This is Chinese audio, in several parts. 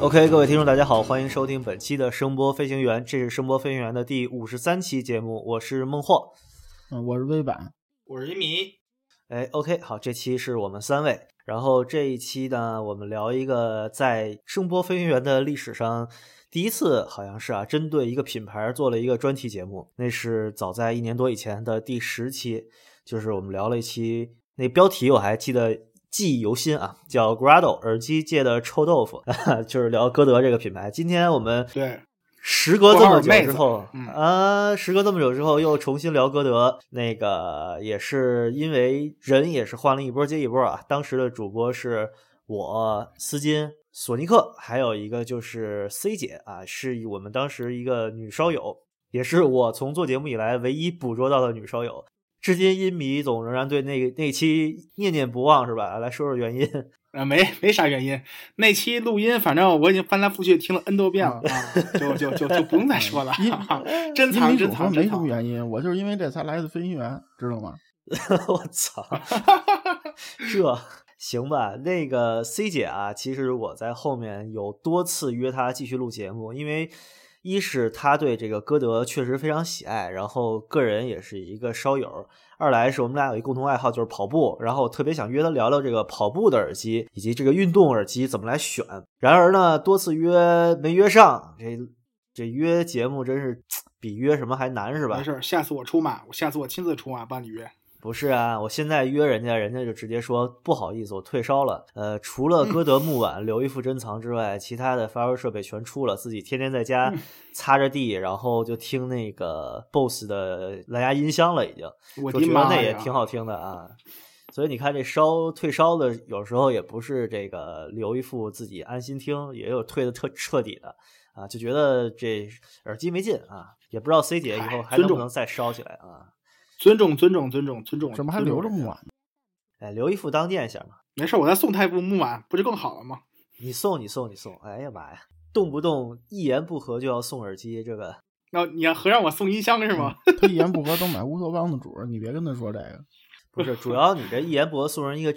OK， 各位听众大家好，欢迎收听本期的声波飞行员，这是声波飞行员的第53期节目，我是孟获， 我是微版， 我是一米。 OK， 好，这期是我们3位，然后这一期呢，我们聊一个在声波飞行员的历史上第一次，好像是针对一个品牌做了一个专题节目，那是早在1年多以前的第10期，就是我们聊了一期，那标题我还记忆犹新啊，叫 Grado 耳机界的臭豆腐，就是聊歌德这个品牌。今天我们对时隔这么久之后时隔这么久之后又重新聊歌德，那个也是因为人也是换了一波接一波啊。当时的主播是我、斯金、索尼克，还有一个就是 C 姐啊，是我们当时一个女烧友，也是我从做节目以来唯一捕捉到的女烧友。至今音迷总仍然对那期念念不忘，是吧？来说说原因。 没啥原因。那期录音，反正我已经翻来覆去听了 N 多遍了就不用再说了。珍藏。 没什么原因，我就是因为这才来的飞行员，知道吗？ 我操，这行吧？那个 C 姐啊，其实我在后面有多次约她继续录节目，因为一是他对这个歌德确实非常喜爱，然后个人也是一个烧友，二来是我们俩有一共同爱好就是跑步，然后特别想约他聊聊这个跑步的耳机以及这个运动耳机怎么来选。然而呢，多次约没约上，这约节目真是比约什么还难，是吧？ 没事，下次我出马，下次我亲自出马帮你约。 不是啊，我现在约人家就直接说不好意思，我退烧了。除了歌德木碗留一副珍藏之外，其他的发烧设备全出了，自己天天在家擦着地，然后就听那个 BOSS 的蓝牙音箱了，已经。 我觉得那也挺好听的啊。所以你看，这退烧的有时候也不是这个留一副自己安心听，也有退的特彻底的啊，就觉得这耳机没劲啊，也不知道 C 姐以后还能不能再烧起来啊。 尊重， 怎么还留着木碗呢？留一副当垫下嘛。 没事，我再送他一副木碗，不就更好了吗？ 你送，哎呀妈呀，动不动一言不合就要送耳机，这个。 你要让我送音箱是吗？ 他一言不合都买乌托邦的主，你别跟他说这个。 不是，主要你这一言不合送人一个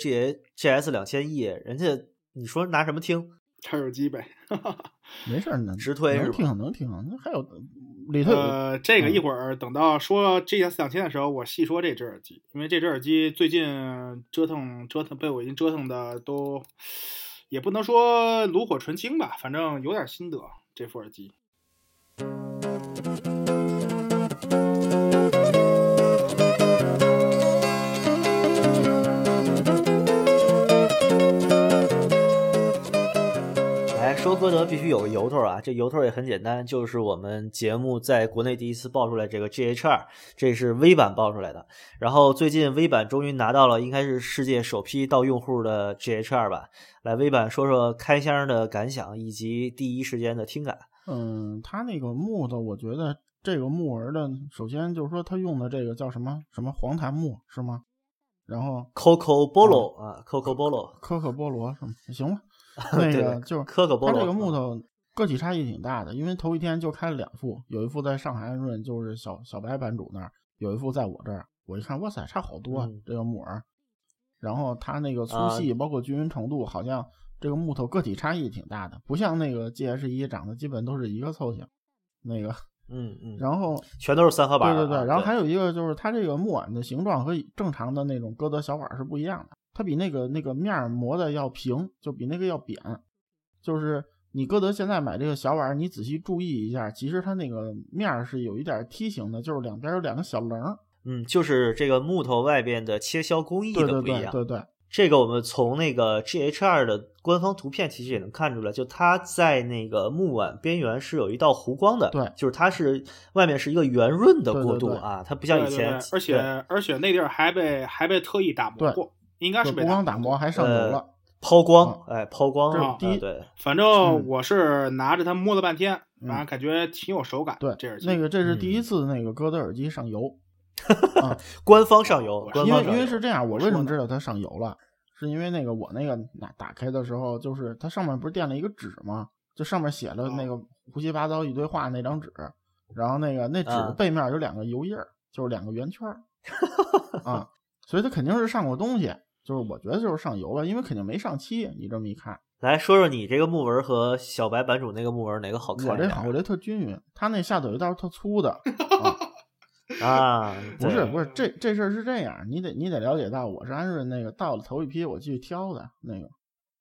GS2000E， 人家你说拿什么听？ 插耳机呗。 没事呢， 直推能听，还有里头这个一会儿等到说 GS2000 的时候，我细说这只耳机，因为这只耳机最近折腾被我已经折腾的都，也不能说炉火纯青吧，反正有点心得。这副耳机。 说歌德必须有个由头啊，这由头也很简单，就是我们节目在国内第一次爆出来这个 GH2， 这是微版爆出来的。然后最近微版终于拿到了应该是世界首批到用户的 GH2 吧。来，微版说说开箱的感想以及第一时间的听感。 它那个木头，我觉得这个木耳的，首先就是说它用的这个叫什么黄檀木是吗？然后 Coco Bolo Coco Bolo 什么行吧？那个就是它这个木头个体差异挺大的，因为头一天就开了2副，有一副在上海安润，就是小白版主那儿，有一副在我这儿。我一看，哇塞，差好多这个木耳。然后它那个粗细包括均匀程度，好像这个木头个体差异挺大的，不像那个 GH1 长得基本都是一个凑型。那个然后全都是3合板。 对，然后还有一个就是它这个木碗的形状和正常的那种歌德小碗是不一样的。它比那个面磨的要平，就比那个要扁。就是你歌德现在买这个小碗，你仔细注意一下，其实它那个面是有一点梯形的，就是两边有2个小棱。 就是这个木头外边的切削工艺的不一样。 对， 这个我们从那个 GH2 的官方图片其实也能看出来，就它在那个木碗边缘是有一道弧光的。 对， 就是它是外面是一个圆润的过渡对啊，它不像以前。 对，而且那地儿还被特意打磨过。应该是被不光打磨还上油了， 抛光，抛光啊！ 对， 反正我是拿着它摸了半天，反正感觉挺有手感。 对， 这耳机这是第一次那个歌德耳机上油， 官方上油。 因为是这样，我为什么知道它上油了？是因为那个我那个打开的时候，就是它上面不是垫了一个纸吗？就上面写了那个胡七八糟一堆话那张纸，然后那纸的背面有2个油印，就是2个圆圈所以它肯定是上过东西。就是我觉得就是上油了，因为肯定没上漆，你这么一看。 来说说你这个木纹和小白版主那个木纹哪个好看？ 我这特均匀，他那下头有一道特粗的不是这事儿是这样，你得了解到我是安润那个到了头一批我继续挑的那个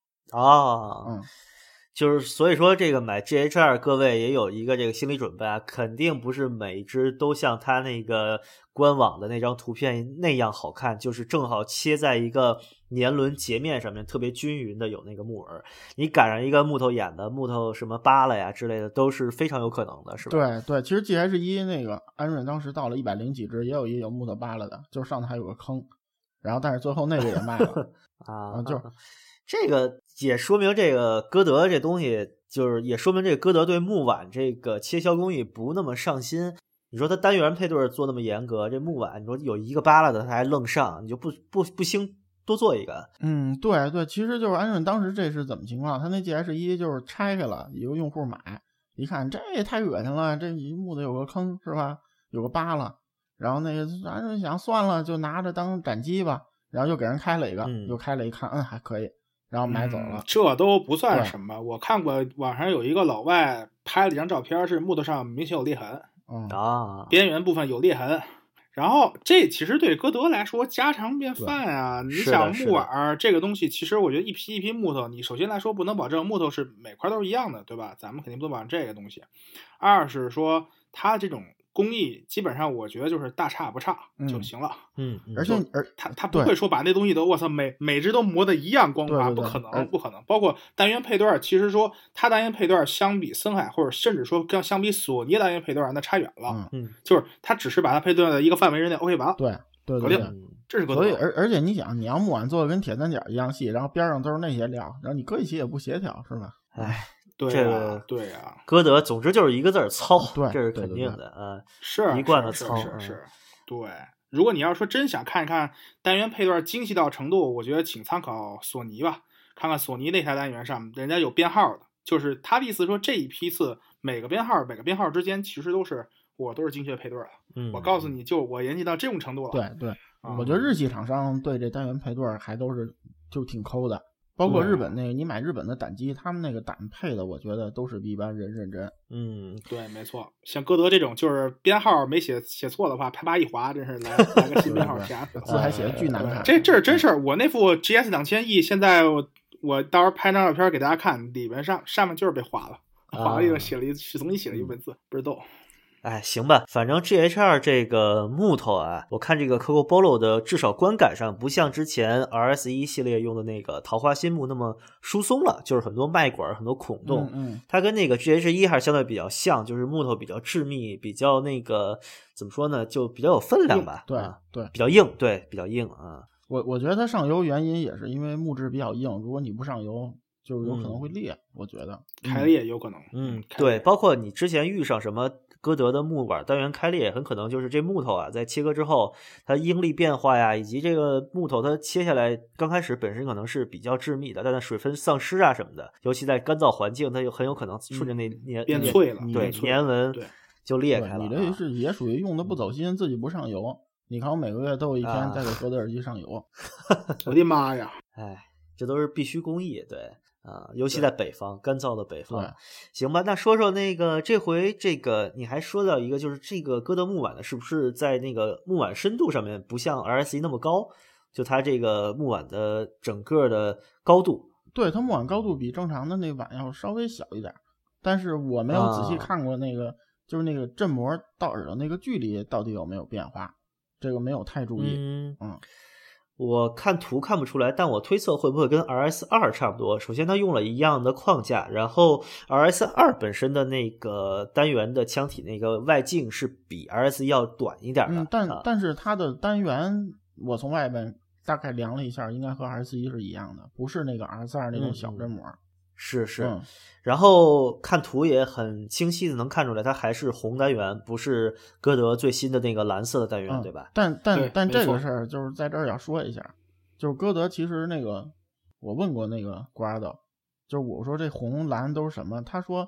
就是所以说这个买 GH2 各位也有一个这个心理准备啊，肯定不是每一只都像它那个官网的那张图片那样好看，就是正好切在一个年轮截面上面特别均匀的有那个木纹，你赶上一个木头眼的木头什么扒拉呀之类的都是非常有可能的，是吧？ 对，其实 GH1 那个安润当时到了100几只，也有木头扒拉的，就是上头还有个坑，然后但是最后那个也卖了就是这个也说明这个歌德这东西，就是也说明这个歌德对木碗这个切削工艺不那么上心。你说他单元配对做那么严格，这木碗你说有一个扒拉的他还愣上，你就不兴多做一个。 对，其实就是安润当时这是怎么情况？他那 GH1 就是拆开了，一个用户买，一看这也太恶心了，这木头有个坑是吧？有个扒拉，然后那个安润想算了，就拿着当斩机吧，然后又给人开了一个，又开了一看，还可以。然后买走了， 这都不算什么。我看过网上有一个老外拍了一张照片，是木头上明显有裂痕边缘部分有裂痕。然后这其实对歌德来说家常便饭啊。你想木碗这个东西，其实我觉得一批一批木头，你首先来说不能保证木头是每块都是一样的，对吧？咱们肯定不能保证这个东西。二是说它这种工艺基本上我觉得就是大差不差就行了。 而且他不会说把那东西都我操每只都磨得一样光滑，不可能。包括单元配对，其实说它单元配对相比森海或者甚至说相比索尼单元配对那差远了。就是它只是把它配对的一个范围之内 OK 完了。 对， 这是所以而且你想，你要木碗做的跟铁三角一样细，然后边上都是那些料，然后你搁一起也不协调，是吧？ 对啊， 歌德总之就是一个字糙， 对， 这是肯定的是一贯的糙。 是，对。如果你要说真想看一看单元配对精细到程度，我觉得请参考索尼吧，看看索尼那台单元上人家有编号的，就是他的意思说这一批次每个编号之间其实都是精确配对的。我告诉你，就我研究到这种程度了。 对，我觉得日系厂商对这单元配对还都是就挺抠的。包括日本那个，你买日本的胆机，他们那个胆配的，我觉得都是比一般人认真。 对，没错。像歌德这种，就是编号没写错的话，啪一划，真是来个新编号加字还写的巨难看。 这是真事儿。我那副 GS 2000E，现在我到时候拍张照片给大家看，里面上面就是被划了一个重新写了一个文字，倍儿逗。 行吧，反正 GH2 这个木头啊，我看这个 Coco Bolo 的至少观感上不像之前 RS1 系列用的那个桃花心木那么疏松了，就是很多脉管很多孔洞。它跟那个 GH1 还是相对比较像，就是木头比较致密，比较那个怎么说呢，就比较有分量吧。 对， 比较硬，对，比较硬啊。 我觉得它上油原因也是因为木质比较硬，如果你不上油就有可能会裂，我觉得开裂有可能。 对，包括你之前遇上什么歌德的木管单元开裂，很可能就是这木头啊在切割之后它应力变化呀，以及这个木头它切下来刚开始本身可能是比较致密的，但是水分丧失啊什么的，尤其在干燥环境，它就很有可能顺着那变脆了， 对，粘纹就裂开了。 你这是也属于用的不走心，自己不上油。你看我每个月都有一天在给歌德耳机上油。 我的妈呀！ 这都是必须工艺，对。尤其在北方，干燥的北方。行吧，那说说那个这回这个你还说到一个，就是这个歌德木碗的是不是在那个木碗深度上面不像 RS1 那么高，就它这个木碗的整个的高度。 对，它木碗高度比正常的那碗要稍微小一点，但是我没有仔细看过那个就是那个振膜到耳朵那个距离到底有没有变化，这个没有太注意。 我看图看不出来，但我推测会不会跟 RS2 差不多。首先它用了一样的框架，然后 RS2 本身的那个单元的腔体那个外径是比 RS 要短一点的。 但是它的单元我从外面大概量了一下，应该和 RS1 是一样的，不是那个 RS2 那种小振膜。 是，然后看图也很清晰的能看出来，它还是红单元，不是歌德最新的那个蓝色的单元，对吧？ 但这个事儿就是在这儿要说一下，就是歌德其实那个我问过那个瓜的，就是我说这红蓝都是什么，他说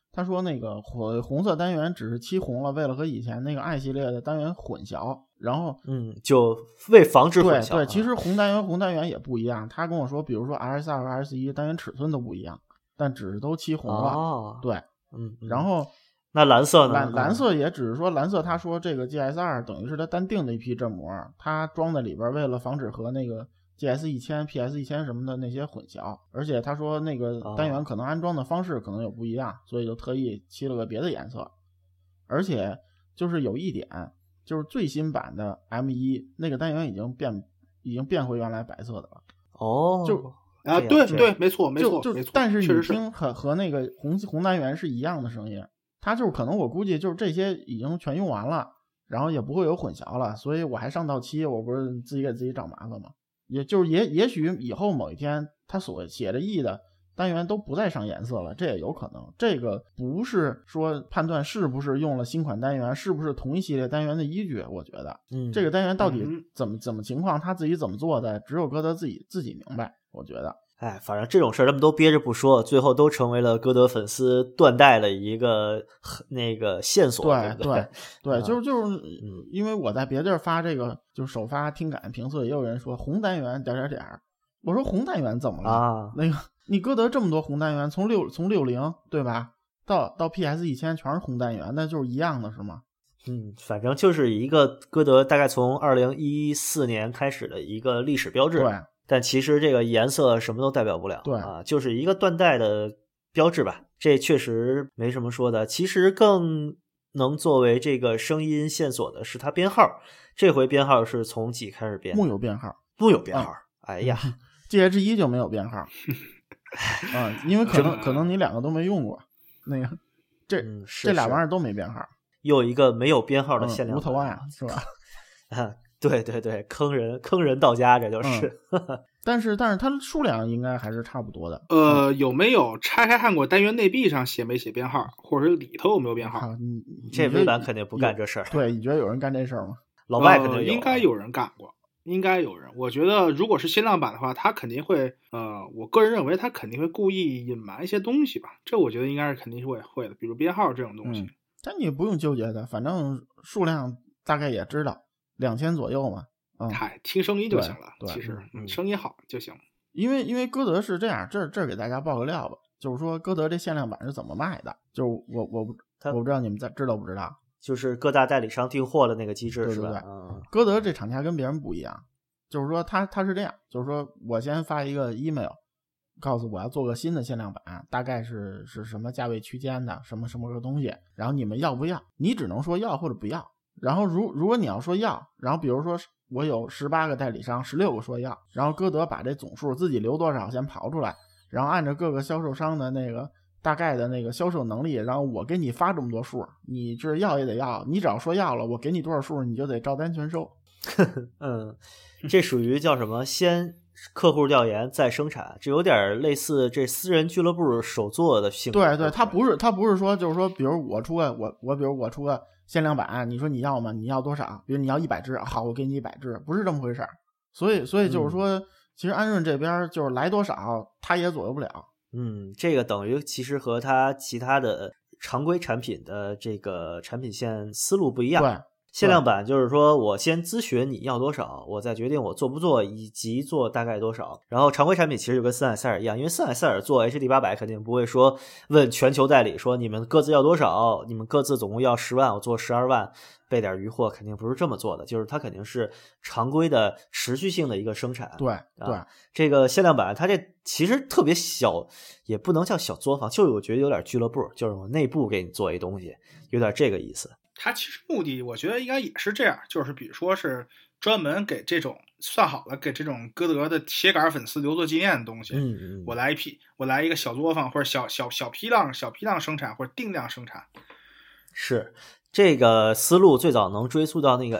他说那个红色单元只是漆红了，为了和以前那个 i 系列的单元混淆，然后就为防止混淆。 对，其实红单元也不一样。他跟我说，比如说 RS2 和 RS1 单元尺寸都不一样，但只是都漆红了。对，然后那蓝色呢？ 蓝色也只是说蓝色，他说这个 GS2 等于是他单定的一批振膜，他装在里边为了防止和那个GS1000、PS1000 什么的那些混淆，而且他说那个单元可能安装的方式可能有不一样，所以就特意漆了个别的颜色。而且就是有一点，就是最新版的 M1 那个单元已经变回原来白色的了。就对，没错， 但是你听和那个红单元是一样的声音，它就是可能我估计就是这些已经全用完了，然后也不会有混淆了，所以我还上到漆，我不是自己给自己找麻烦吗？也许以后某一天他所写的 E 的单元都不再上颜色了，这也有可能。这个不是说判断是不是用了新款单元，是不是同一系列单元的依据。我觉得这个单元到底怎么情况，他自己怎么做的，只有歌德自己明白。我觉得反正这种事儿他们都憋着不说，最后都成为了歌德粉丝断代的一个那个线索。 对，就是因为我在别地儿发这个就首发听感评测，也有人说红单元点，我说红单元怎么了那个你歌德这么多红单元，从60对吧到 PS1000 全是红单元，那就是一样的是吗？ 反正就是一个歌德大概从2014年开始的一个历史标志。 对， 但其实这个颜色什么都代表不了。 对就是一个断代的标志吧，这确实没什么说的。其实更能作为这个声音线索的是它编号，这回编号是从几开始编？ 木有编号。 哎呀 GH1 就没有编号因为可能你两个都没用过，那个这俩玩意儿都没编号， 又一个没有编号的限量无头啊，是吧？ 对，坑人到家，这就是但是它数量应该还是差不多的。 有没有拆开看过单元内壁上写没写编号，或者是里头有没有编号？ 这微版肯定不干这事儿。 对，你觉得有人干这事儿吗？ 老外肯定有。 应该有人干过，应该有人。我觉得如果是限量版的话，他肯定会我个人认为他肯定会故意隐瞒一些东西吧，这我觉得应该是肯定是会的，比如编号这种东西。 但你也不用纠结的，反正数量大概也知道2000左右嘛。 听声音就行了。 对， 其实声音好就行。 因为歌德是这样，这给大家爆个料吧，就是说歌德这限量版是怎么卖的，就是我不知道你们知道不知道， 就是各大代理商订货的那个机制，是吧？ 对。歌德这厂家跟别人不一样，就是说他是这样，就是说我先发一个 email 告诉我要做个新的限量版，大概是什么价位区间的什么个东西，然后你们要不要，你只能说要或者不要。然后如果你要说要，然后比如说我有18个代理商，16个说要，然后歌德把这总数自己留多少先刨出来，然后按照各个销售商的那个大概的那个销售能力，然后我给你发这么多数，你这要也得要，你只要说要了，我给你多少数你就得照单全收。 这属于叫什么？先客户调研再生产，这有点类似这私人俱乐部手作的性质。 对，他不是说就是说，比如我出个比如我出个限量版，你说你要吗？你要多少？比如你要100只，好，我给你100只，不是这么回事。所以就是说，其实安润这边就是来多少，他也左右不了。 这个等于其实和他其他的常规产品的这个产品线思路不一样。 对。 限量版就是说我先咨询你要多少，我再决定我做不做以及做大概多少。然后常规产品其实就跟森海塞尔一样，因为森海塞尔做 HD800 肯定不会说问全球代理说你们各自要多少，你们各自总共要10万，我做12万备点余货，肯定不是这么做的，就是它肯定是常规的持续性的一个生产。 对， 这个限量版它这其实特别小，也不能叫小作坊，就是我觉得有点俱乐部，就是我内部给你做一东西，有点这个意思。 他其实目的我觉得应该也是这样，就是比如说是专门给这种算好了给这种歌德的铁杆粉丝留作纪念的东西。我来一个小作坊或者小批量生产或者定量生产。 是这个思路最早能追溯到那个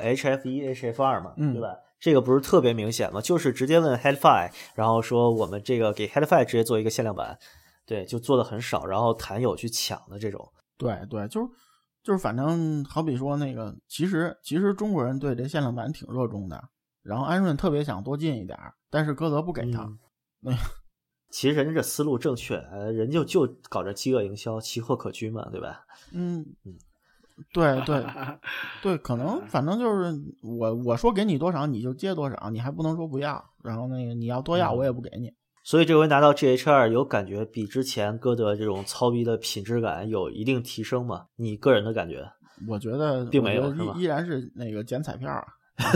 HF1 嘛，对吧？这个不是特别明显吗？就是直接问 Headfi， 然后说我们这个给 Headfi 直接做一个限量版，对，就做的很少，然后坛友去抢的这种。 对，就是反正好比说那个，其实中国人对这限量版挺热衷的，然后安润特别想多进一点，但是歌德不给他。 其实人家这思路正确，人就搞这饥饿营销，奇货可居嘛，对吧？ 对对对，可能反正就是我说给你多少你就接多少，你还不能说不要，然后那个你要多要我也不给你。 所以这回拿到 GH2 有感觉比之前歌德这种糙逼的品质感有一定提升吗？你个人的感觉？ 我觉得并没有，是吧？ 依然是那个捡彩票啊。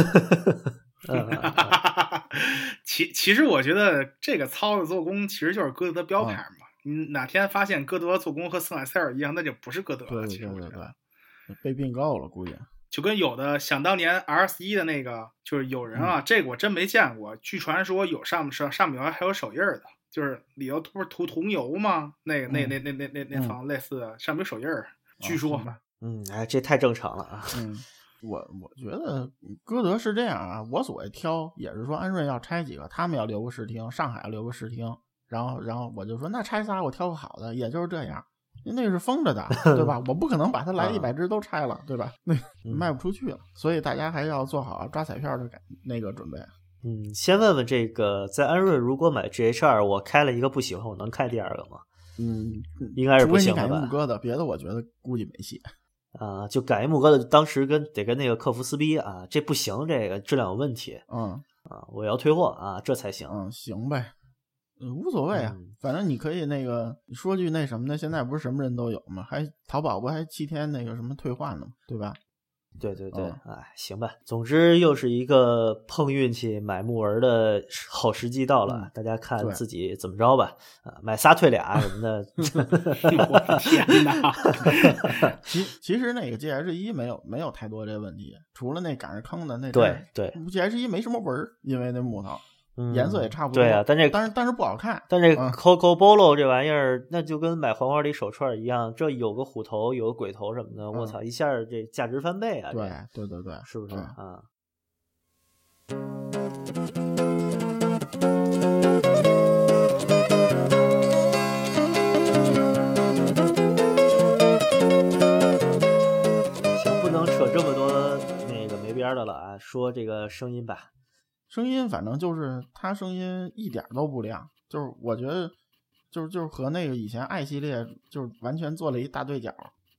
其实我觉得这个糙的做工其实就是歌德的标牌嘛。你哪天发现歌德做工和斯坦塞尔一样，那就不是歌德了。其实我觉得被并购了，估计就跟有的想当年 RS1 的那个，就是有人啊，这个我真没见过。据传说有上面还有手印的，就是里头不是涂桐油吗？那层类似的，上面有手印儿，据说。 这太正常了啊。 我觉得歌德是这样啊，我所谓挑也是说安润要拆几个，他们要留个试听，上海要留个试听，然后我就说那拆仨我挑个好的，也就是这样。那是封着的，对吧？我不可能把它来100只都拆了，对吧？那卖不出去了，所以大家还是要做好抓彩票的那个准备。 先问问这个，在安润如果买 GH2，我开了一个不喜欢，我能开第二个吗？应该是不行的吧。 除非你改木哥的，别的我觉得估计没戏。 就改木哥的，当时得跟那个客服撕逼啊，这不行，这个质量有问题。我要退货啊，这才行。 行呗。无所谓啊，反正你可以那个说句那什么的，现在不是什么人都有吗？还淘宝不还7天那个什么退换呢吗？对吧？ 对，行吧。总之又是一个碰运气买木纹的好时机到了，大家看自己怎么着吧。买仨退俩什么的。 我的天哪！ 其实那个 GH1 没有太多这问题，除了那赶着坑的那对 GH1 没什么纹，因为那木头。颜色也差不多。 对啊，但是不好看。 但这 Coco Bolo 这玩意儿，那就跟买黄花梨手串一样，这有个虎头，有个鬼头什么的，我操，一下这价值翻倍啊！ 对， 是不是啊？行，不能扯这么多那个没边的了啊，说这个声音吧。 声音反正就是它声音一点都不亮，就是我觉得就是和那个以前爱系列就是完全做了一大对角。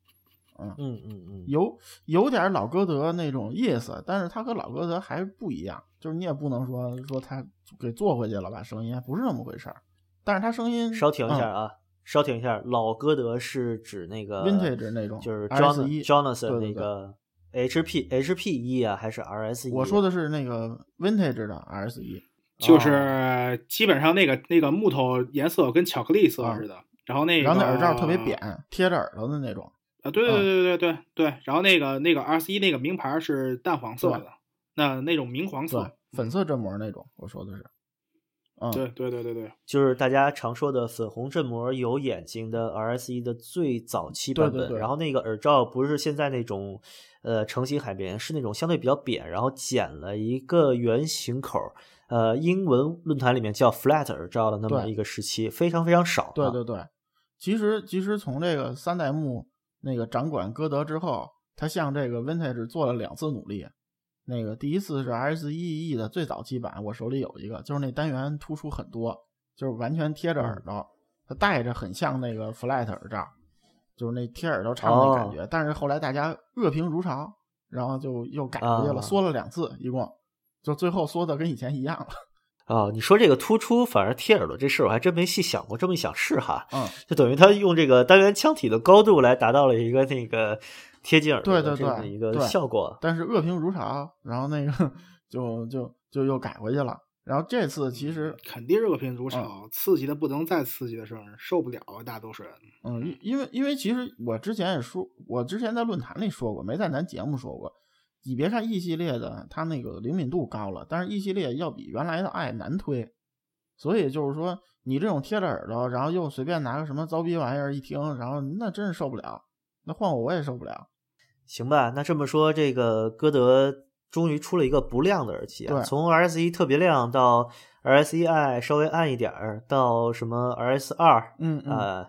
有点老歌德那种意思，但是它和老歌德还不一样，就是你也不能说他给做回去了吧，声音不是那么回事儿。但是它声音稍停一下啊，稍停一下，老歌德是指那个 vintage 那种， 就是 Jonathan 那个。HP1 啊，还是 RS1？ 我说的是那个 vintage 的 RS1， 就是基本上那个木头颜色跟巧克力色似的，然后那耳罩特别扁，贴着耳朵的那种。 对，然后那个 RS1 那个名牌是淡黄色的，那种明黄色， 粉色振膜那种，我说的是。 对， 就是大家常说的粉红振膜有眼睛的 RS1 的最早期版本。 对， 然后那个耳罩不是现在那种成型海绵，是那种相对比较扁，然后剪了一个圆形口，英文论坛里面叫 flat 耳罩的那么一个时期，非常非常少。 对，其实从这个3代目那个掌管歌德之后，他向这个 vintage 做了2次努力。那个第一次是 RS1E 的最早期版，我手里有一个，就是那单元突出很多，就是完全贴着耳朵，它戴着很像那个 flat 耳罩，就是那贴耳朵唱的感觉。但是后来大家恶评如潮，然后就又改回去了，缩了2次，一共就最后缩的跟以前一样了。 你说这个突出反而贴耳朵这事儿我还真没细想过，这么一想是哈，就等于他用这个单元腔体的高度来达到了一个那个贴近耳朵的这么一个效果。 但是恶评如潮，然后那个就又改回去了。然后这次其实肯定是恶评如潮，刺激的不能再刺激的事儿，受不了啊，大多数人。 因为其实我之前在论坛里说过，没在咱节目说过。你别看 E 系列的它那个灵敏度高了，但是 E 系列要比原来的爱难推，所以就是说你这种贴着耳朵，然后又随便拿个什么糟逼玩意儿一听，然后那真是受不了，那换我也受不了。 行吧，那这么说这个歌德终于出了一个不亮的耳机啊，从 RS1 特别亮到 RS1i 稍微暗一点，到什么 RS2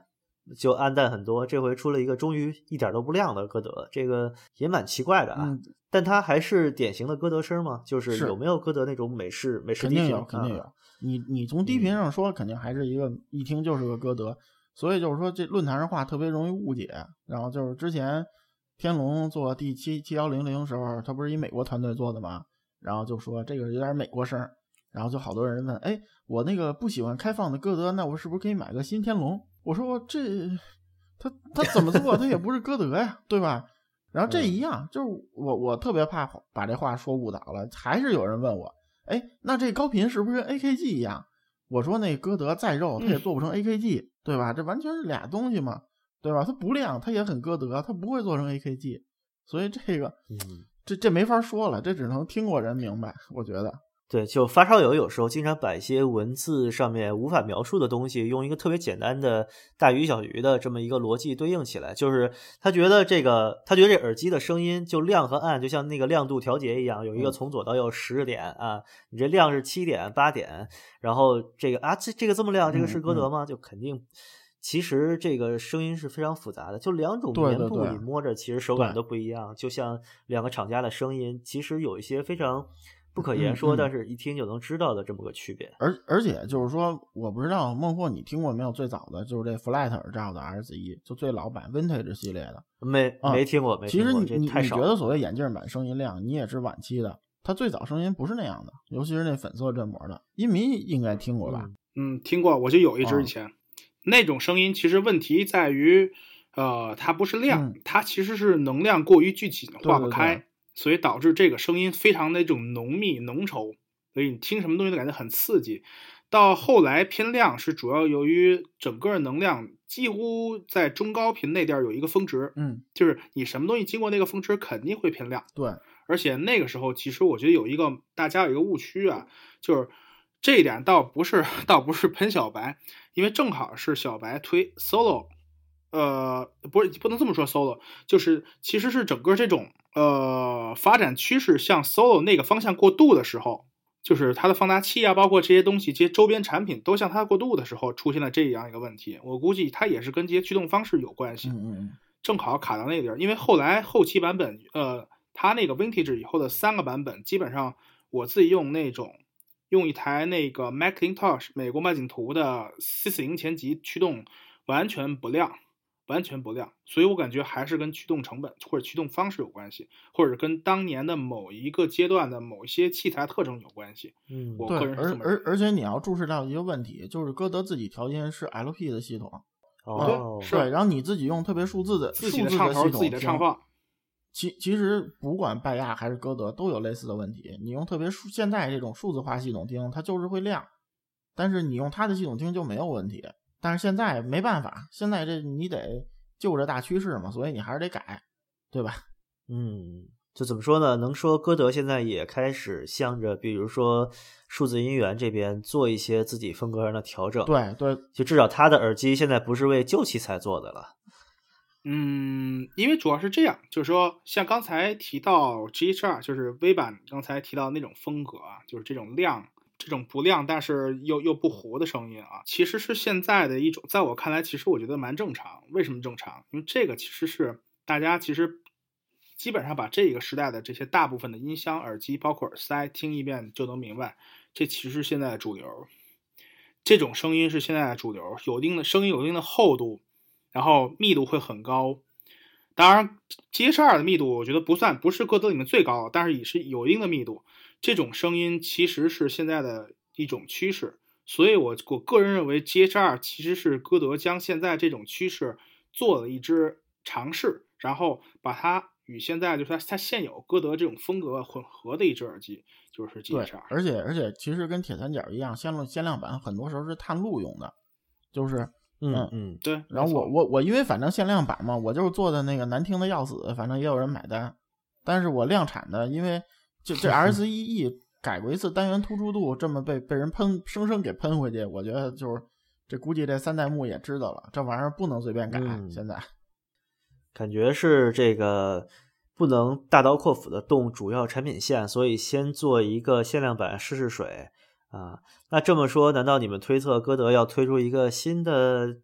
就暗淡很多。这回出了一个终于一点都不亮的歌德，这个也蛮奇怪的啊。但它还是典型的歌德声吗？就是有没有歌德那种美式低频？ 肯定有。你从低频上说，肯定还是一个一听就是个歌德。所以就是说，这论坛上话特别容易误解。然后就是之前天龙做第7100时候，他不是一美国团队做的吗？然后就说这个有点美国声，然后就好多人问，哎，我那个不喜欢开放的歌德，那我是不是可以买个新天龙？我说这他怎么做，他也不是歌德呀，对吧？然后这一样，就是我特别怕把这话说误导了，还是有人问我，哎，那这高频是不是跟 AKG 一样？我说那歌德再肉，他也做不成 AKG，对吧？这完全是俩东西嘛，对吧？它不亮，它也很歌德，它不会做成 AKG， 所以这个，这没法说了，这只能听过人明白，我觉得。 对，就发烧友有时候经常把一些文字上面无法描述的东西，用一个特别简单的大于小于的这么一个逻辑对应起来，就是他觉得这耳机的声音就亮和暗，就像那个亮度调节一样，有一个从左到右10点啊，你这亮是7点8点，然后这个这个这么亮，这个是歌德吗？就肯定。其实这个声音是非常复杂的，就两种棉布你摸着其实手感都不一样，就像两个厂家的声音其实有一些非常不可言说，但是一听就能知道的这么个区别。 而且就是说，我不知道孟获你听过没有，最早的就是这 Flat 耳罩的 RZ1， 就最老版 Vintage 系列的。 没听过。 其实你觉得所谓眼镜版声音亮，你也是晚期的，它最早声音不是那样的，尤其是那粉色振膜的。音迷应该听过吧？ 听过，我就有一只以前。那种声音其实问题在于，它不是亮，它其实是能量过于具体化不开，所以导致这个声音非常的那种浓密浓稠，所以你听什么东西都感觉很刺激。到后来偏亮是主要由于整个能量几乎在中高频那点有一个峰值，就是你什么东西经过那个峰值肯定会偏亮。 对， 而且那个时候其实我觉得大家有一个误区啊，就是这一点倒不是喷小白，因为正好是小白推 solo， 不能这么说 solo， 就是其实是整个这种发展趋势向 solo 那个方向过渡的时候，就是它的放大器啊，包括这些东西，这些周边产品都向它过渡的时候，出现了这样一个问题。我估计它也是跟这些驱动方式有关系，正好卡到那个地儿。因为后期版本，它那个 Vintage 以后的3个版本，基本上我自己用一台那个 Macintosh 美国麦景图的440前级驱动完全不亮，所以我感觉还是跟驱动成本或者驱动方式有关系，或者跟当年的某一个阶段的某一些器材特征有关系。我个人是这么认为。 而且你要注视到一个问题，就是歌德自己调音是 LP 的系统， 对， 然后你自己用特别数字的唱头，自己的唱放。 其实不管拜亚还是歌德都有类似的问题，你用现在这种数字化系统听，它就是会亮，但是你用它的系统听就没有问题。但是现在没办法，现在这你得就着大趋势嘛，所以你还是得改，对吧？ 就怎么说呢？能说歌德现在也开始向着比如说数字音源这边做一些自己风格上的调整。 对， 就至少他的耳机现在不是为旧器材做的了。 因为主要是这样，就是说像刚才提到 GHR 就是 V 版刚才提到那种风格啊，就是这种亮这种不亮但是又不糊的声音啊，其实是现在的一种，在我看来其实我觉得蛮正常。为什么正常？因为这个其实是大家其实基本上把这个时代的这些大部分的音箱耳机包括耳塞听一遍就能明白，这其实是现在的主流。这种声音是现在的主流，声音有一定的厚度，然后密度会很高。当然 GHR 的密度我觉得不是歌德里面最高，但是也是有一定的密度。这种声音其实是现在的一种趋势，所以我个人认为 GHR 其实是歌德将现在这种趋势做了一支尝试，然后把它与现在就是它现有歌德这种风格混合的一只耳机，就是 GHR。 对，而且其实跟铁三角一样，限量版很多时候是探路用的，就是对。 然后我因为反正限量版嘛，我就是做的那个难听的要死，反正也有人买单。但是我量产的，因为这 RZ1E 改过一次单元突出度，这么被人生生给喷回去，我觉得就是这估计这3代目也知道了，这玩意儿不能随便改。现在感觉是这个不能大刀阔斧的动主要产品线，所以先做一个限量版试水啊。那这么说，难道你们推测歌德要推出一个新的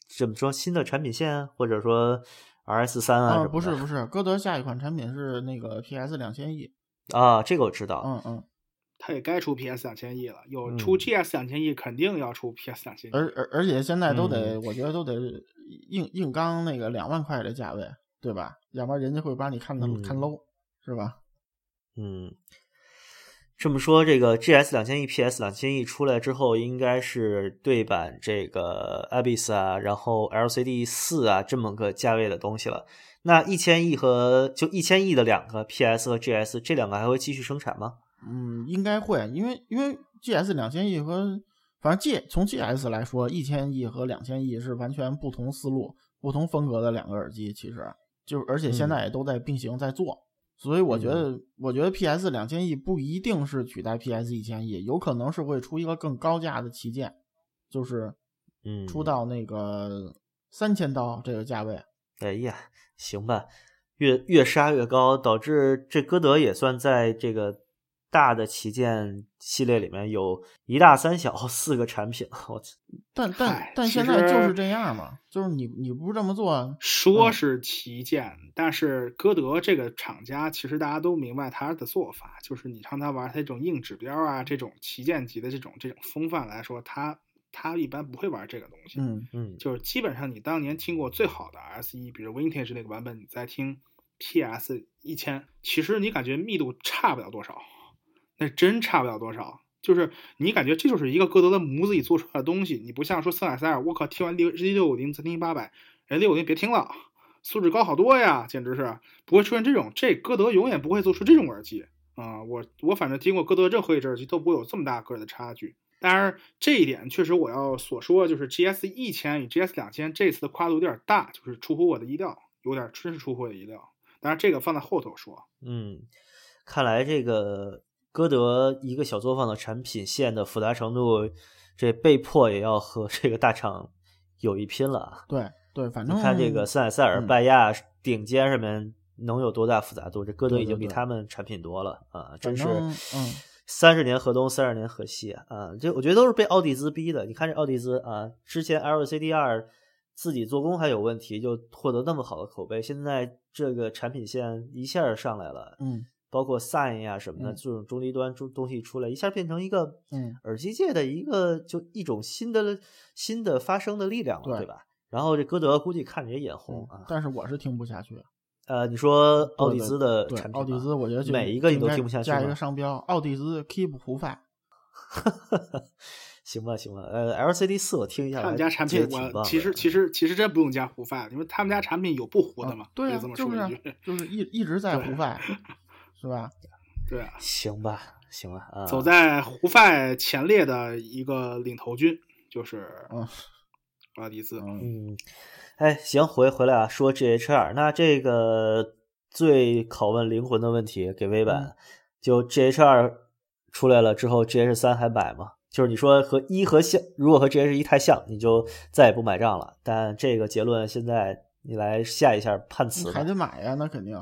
怎么说新的产品线，或者说 RS3 啊？ 不是，歌德下一款产品是那个 PS2100E 啊，这个我知道。 他也该出 PS2100了，有出 GS2100肯定要出 PS2100。 而且现在都得，我觉得都得硬刚那个2万块的价位，对吧？要不然人家会把你看 low，是吧？ 这么说，这个 GS2100、PS2100出来之后，应该是对版这个 Abyss 啊，然后 LCD4 啊这么个价位的东西了。那1000E 和1000E 的两个 PS 和 GS 这两个还会继续生产吗？ 应该会，因为 GS2100E 和反正从 GS 来说，1000E 和2000E 是完全不同思路、不同风格的两个耳机，其实而且现在也都在并行在做。所以我觉得 PS2100E 不一定是取代 PS1000E， 有可能是会出一个更高价的旗舰，就是出到那个3000刀这个价位。 哎呀，行吧，越杀越高，导致这歌德也算在这个大的旗舰系列里面有一大三小4个产品。 但现在就是这样嘛，就是你不这么做， 说是旗舰，但是歌德这个厂家其实大家都明白他的做法，就是你让他玩他这种硬指标啊，这种旗舰级的这种风范来说，他一般不会玩这个东西。就是基本上你当年听过最好的 RS1，比如 Vintage 那个版本，你再听 PS1000，其实你感觉密度差不了多少，那真差不了多少。就是你感觉这就是一个歌德的模子里做出来的东西，你不像说森海塞尔，我靠，听完650再听800，人650别听了，素质高好多呀，简直是不会出现这种，这歌德永远不会做出这种耳机啊！我反正听过歌德任何一只耳机都不会有这么大个的差距。当然这一点确实我要所说，就是 GS1000 与 GS2000 这次的跨度有点大，就是出乎我的意料，真是出乎我的意料。当然这个放在后头说。 看来这个歌德一个小作坊的产品线的复杂程度，这被迫也要和这个大厂有一拼了。 对，反正你看这个森海塞尔、拜亚顶尖上面能有多大复杂度？这歌德已经比他们产品多了啊！真是30年河东，30年河西啊！这我觉得都是被奥蒂兹逼的。你看这奥蒂兹啊，之前 LCD2 自己做工还有问题，就获得那么好的口碑，现在这个产品线一下上来了。包括 Sign 呀什么的，这种中低端东西出来，一下变成一个耳机界的一种新的发声的力量了，对吧？然后这歌德估计看着也眼红啊。 但是我是听不下去。 你说奥蒂兹的产品， 奥蒂兹我觉得每一个你都听不下去， 加一个商标，奥蒂兹 Keep 胡范。 行吧，LCD4 我听一下， 他们家产品我其实真不用加胡范，因为他们家产品有不胡的嘛。 对这么说一句， 就是一直在胡范。是吧？ 对啊， 行吧啊， 走在胡范前列的一个领头军就是奥蒂兹。 行，回来啊，说 GH2， 那这个最拷问灵魂的问题给微版，就 GH2 出来了之后 ，GH3 还买吗？就是你说如果和 GH1 太像，你就再也不买账了。但这个结论现在你来下一下判词吧。 还得买呀，那肯定。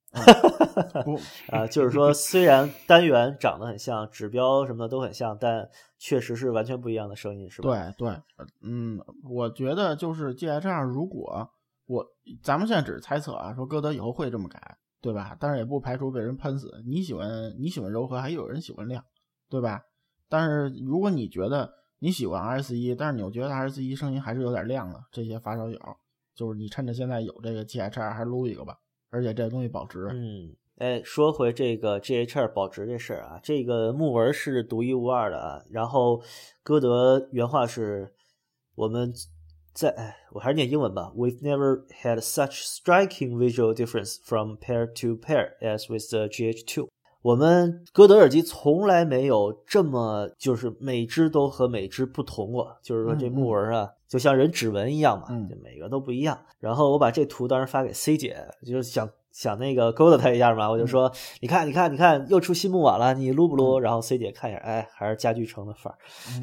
就是说虽然单元长得很像，指标什么的都很像，但确实是完全不一样的声音，是吧？ 对，我觉得就是 GH2 如果咱们现在只是猜测啊，说歌德以后会这么改，对吧？但是也不排除被人喷死。你喜欢柔和，还有人喜欢亮，对吧？但是如果你觉得你喜欢 RS1， 但是你又觉得 RS1 声音还是有点亮的，这些发烧友，就是你趁着现在有这个 GH2 还撸一个吧。而且这东西保值。 说回这个 GH2 保值这事儿啊，这个木纹是独一无二的啊。然后歌德原话是：我还是念英文吧。We've never had such striking visual difference from pair to pair as with the GH2。我们歌德耳机从来没有这么就是每只都和每只不同过，就是说这木纹啊，就像人指纹一样嘛，就每个都不一样。然后我把这图当时发给 C 姐，就是想那个勾搭她一下嘛，我就说你看又出新木碗了，你撸不撸？然后 C 姐看一下，还是家居城的范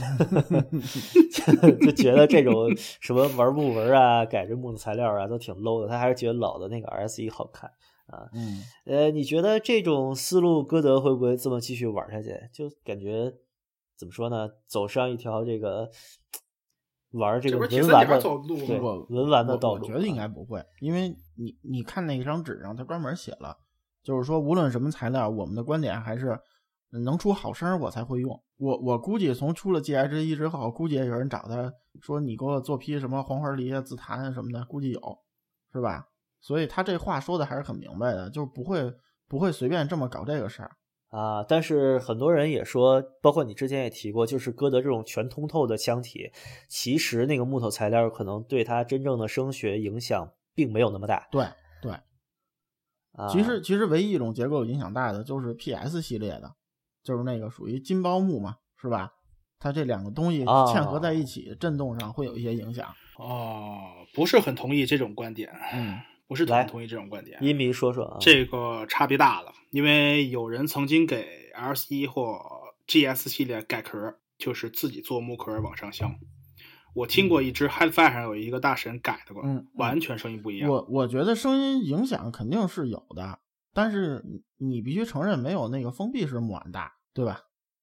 儿，就觉得这种什么玩木纹啊，改这木的材料啊，都挺 low 的。她还是觉得老的那个 RS1 好看。你觉得这种思路歌德会不会这么继续玩下去？就感觉怎么说呢，走上一条这个玩这个文玩的对文玩的道路。 我觉得应该不会，因为你看那张纸上，他专门写了，就是说无论什么材料，我们的观点还是能出好声我才会用。我估计从出了 GH1 之后，估计也有人找他说你给我做批什么黄花梨啊、紫檀啊什么的，估计有，是吧？所以他这话说的还是很明白的，就是不会随便这么搞这个事儿啊。但是很多人也说，包括你之前也提过，就是歌德这种全通透的腔体，其实那个木头材料可能对它真正的声学影响并没有那么大。 对对，其实唯一一种结构影响大的就是 PS 系列的，就是那个属于金包木嘛，是吧？它这两个东西嵌合在一起，震动上会有一些影响。 不是很同意这种观点。不是很同意这种观点。 一鸣说说啊， 这个差别大了，因为有人曾经给 LC 或 GS 系列改壳，就是自己做木壳往上镶。我听过一支 Hi-Fi 上有一个大神改的过，完全声音不一样。 我觉得声音影响肯定是有的，但是你必须承认没有那个封闭式木碗大，对吧？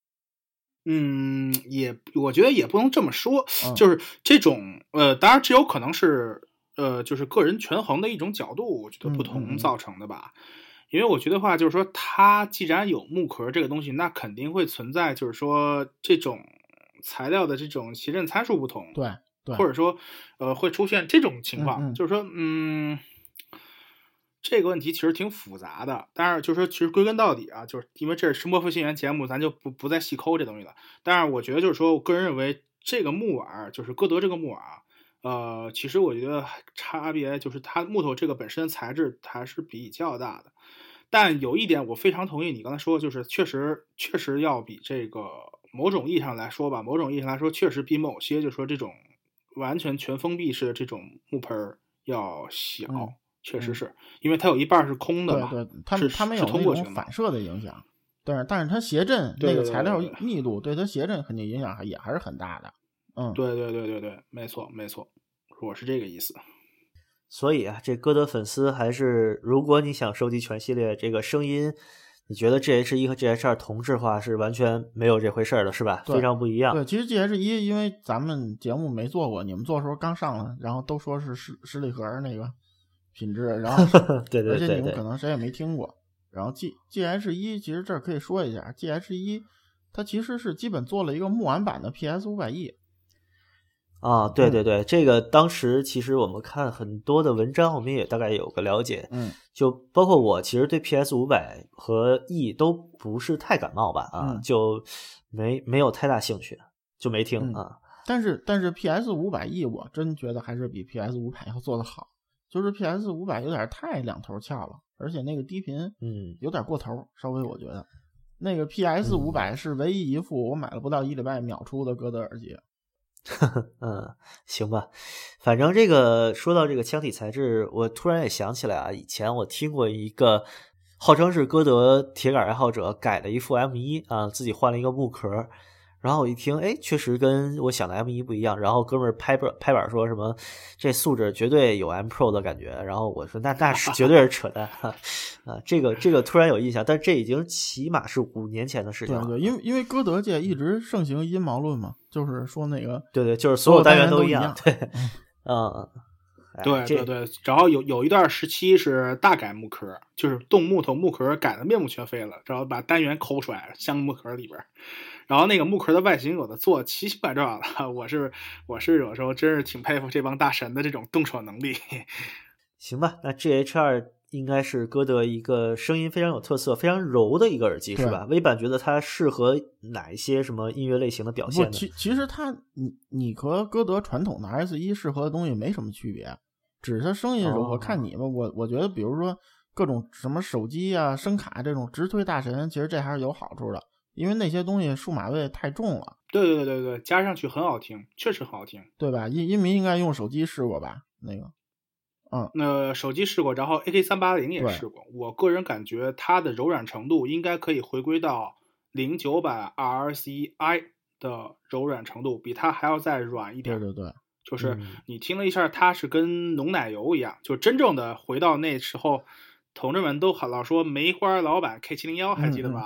我觉得也不能这么说，就是这种当然这有可能是就是个人权衡的一种角度，我觉得不同造成的吧。因为我觉得话就是说，它既然有木壳这个东西，那肯定会存在就是说这种材料的这种谐振参数不同， 对， 或者说会出现这种情况，就是说这个问题其实挺复杂的。但是就是说，其实归根到底啊，就是因为这是声波复兴源节目，咱就不再细抠这东西了。但是我觉得就是说，我个人认为这个木碗就是歌德这个木碗其实我觉得差别就是它木头这个本身的材质还是比较大的。但有一点我非常同意你刚才说，就是确实要比这个某种意义上来说吧，确实比某些就是说这种完全全封闭式的这种木盆要小，确实是因为它有一半是空的嘛， 对，它没有那种反射的影响，但是它谐振那个材料密度对它谐振肯定影响也还是很大的。 对，没错，我是这个意思。 所以啊，这歌德粉丝还是，如果你想收集全系列这个声音，你觉得 GH1 和 GH2 同质化是完全没有这回事的，是吧？非常不一样。 对，其实 GH1 因为咱们节目没做过，你们做的时候刚上了，然后都说是十里河那个品质，然后对， 而且你们可能谁也没听过。然后 GH1 其实这儿可以说一下 ，GH1 它其实是基本做了一个木碗版的 PS500E。 啊，对，这个当时其实我们看很多的文章，我们也大概有个了解。就包括我其实对 PS500和 E 都不是太感冒吧，就没有太大兴趣，就没听啊。 但是 PS500E 我真觉得还是比 PS500要做得好，就是 PS500有点太两头翘了，而且那个低频有点过头，稍微我觉得那个 PS500 是唯一一副我买了不到1礼拜秒出的歌德耳机。 行吧，反正这个说到这个腔体材质，我突然也想起来啊，以前我听过一个号称是歌德铁杆爱好者改了一副 M1 啊，自己换了一个木壳，然后我一听，哎，确实跟我想的 M1 不一样。然后哥们儿拍板说什么这素质绝对有 M Pro 的感觉，然后我说那是绝对是扯淡啊！这个突然有印象，但这已经起码是5年前的事情了。 对，因为歌德界一直盛行阴谋论嘛，就是说那个对，就是所有单元都一样。对， 对，然后有一段时期是大改木壳，就是动木头木壳改的面目全非了，然后把单元抠出来镶木壳里边。然后那个木壳的外形有的做奇形怪状的，我是有时候真是挺佩服这帮大神的这种动手能力。 行吧，那 GH2 应该是歌德一个声音非常有特色、非常柔的一个耳机，是吧？微版觉得它适合哪一些什么音乐类型的表现呢？ 其实它你和歌德传统的 S1 适合的东西没什么区别，只是它声音柔和，看你吧。我觉得比如说各种什么手机啊、声卡这种直推大神，其实这还是有好处的。因为那些东西数码位太重了。 对，加上去很好听，确实很好听， 对吧？音迷应该用手机试过吧？那个， 那手机试过，然后 AK380 也试过。我个人感觉它的柔软程度应该可以回归到09版 RC1i 的柔软程度，比它还要再软一点。 对， 就是你听了一下，它是跟浓奶油一样，就真正的回到那时候，同志们都老说梅花老板 K701，还记得吧？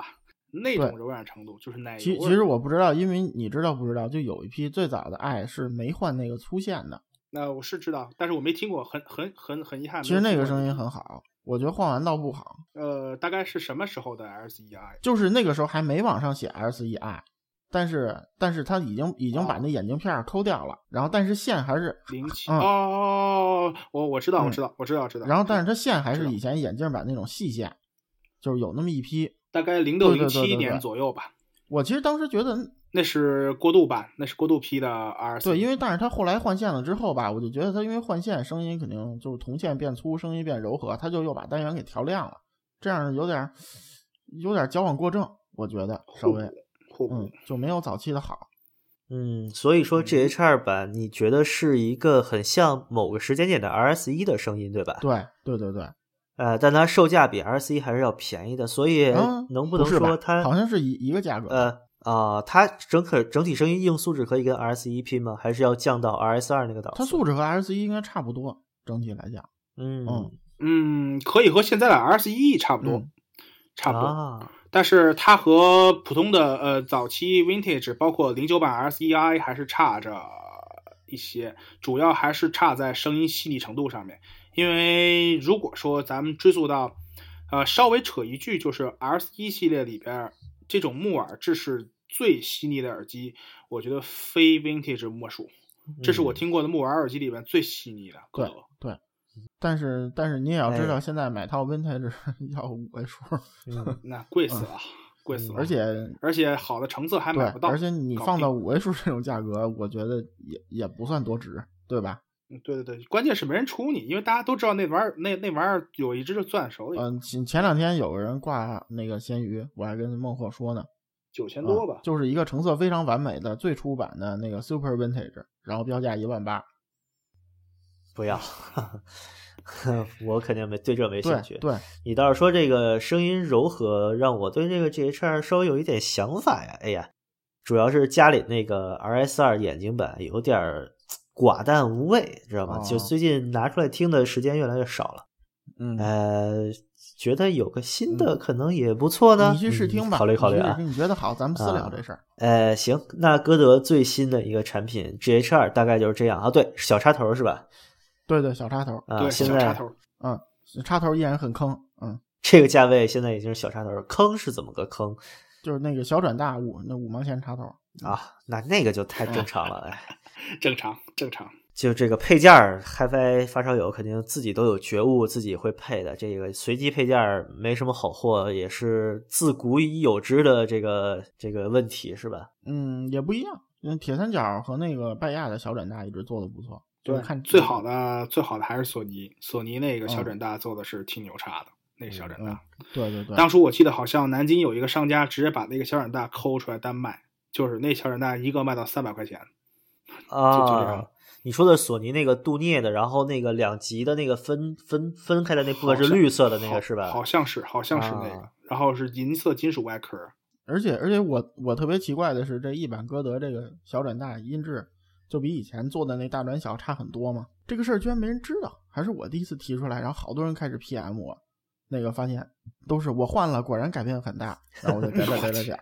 那种柔软程度，就是奶油。 其实我不知道，因为你知道不知道，就有一批最早的爱是没换那个粗线的。 那我是知道，但是我没听过，很遗憾。 其实那个声音很好，我觉得换完倒不好。 大概是什么时候的 LC1i？ 就是那个时候还没往上写 LC1i， 但是他已经把那眼镜片抠掉了，然后但是线还是 07。我知道。 然后但是它线还是以前眼镜版那种细线，就是有那么一批， 大概06、07年左右吧。 我其实当时觉得那是过渡版，那是过渡批的 RC。 对，因为但是他后来换线了之后吧，我就觉得他因为换线声音肯定就是铜线变粗，声音变柔和，他就又把单元给调亮了，这样有点矫枉过正，我觉得稍微就没有早期的好。 所以说 GH2 版你觉得是一个很像某个时间点的 RS1 的声音，对吧？ 对。 但它售价比 RS1 还是要便宜的，所以能不能说它好像是一个价格？ 它整体声音硬素质可以跟 RS1 拼吗？还是要降到 RS2 那个档次？ 它素质和 RS1 应该差不多，整体来讲。 可以和现在的 RS1 差不多，但是它和普通的早期 Vintage 包括09版 RS1i 还是差着一些，主要还是差在声音细腻程度上面。因为如果说咱们追溯到稍微扯一句，就是 RS1 系列里边这种木耳质是最细腻的耳机，我觉得非 Vintage 莫属，这是我听过的木耳耳机里边最细腻的。 对，但是你也要知道，现在买套 Vintage 要5位数， 那贵死了，贵死了。而且好的成色还买不到， 而且你放到5位数这种价格，我觉得也不算多值，对吧？ 对，关键是没人出你，因为大家都知道那玩意儿有一只就攥手里。 前2天有个人挂那个鲜鱼，我还跟孟获说呢 ，9000多吧， 就是一个成色非常完美的最初版的那个 Super Vintage， 然后标价18000。 不要我肯定对这没兴趣。 对， 你倒是说这个声音柔和，让我对这个 GH2 稍微有一点想法呀。哎呀，主要是家里那个 RS2 眼镜版有点寡淡无味，知道吗？就最近拿出来听的时间越来越少了。觉得有个新的可能也不错呢。 你去试听吧， 考虑啊。 你觉得好，咱们私聊这事儿。 行，那歌德最新的一个产品 GH2 大概就是这样啊。对，小插头是吧？ 对，小插头。 对， 现在小插头。 插头依然很坑。 这个价位现在已经是小插头，坑是怎么个坑？ 就是那个小转大5毛钱插头啊，那个就太正常了。 正常。 就这个配件，HiFi 发烧友肯定自己都有觉悟，自己会配的。这个随机配件没什么好货，也是自古已有之的这个问题，是吧？ 也不一样。铁三角和那个拜亚的小转大一直做的不错。 对，看最好的还是索尼那个小转大做的是挺牛叉的，那个小转大。 对。 当初我记得好像南京有一个商家直接把那个小转大抠出来单卖，就是那小转大一个卖到300块钱。就这样。 你说的索尼那个镀镍的，然后那个2级的那个分开的那部分是绿色的那个是吧？ 好像是那个，然后是银色金属外壳。 而且我特别奇怪的是，这一版歌德这个小转大音质就比以前做的那大转小差很多嘛。这个事儿居然没人知道，还是我第一次提出来，然后好多人开始 PM 我，那个发现都是我换了，果然改变很大，然后我就改了点。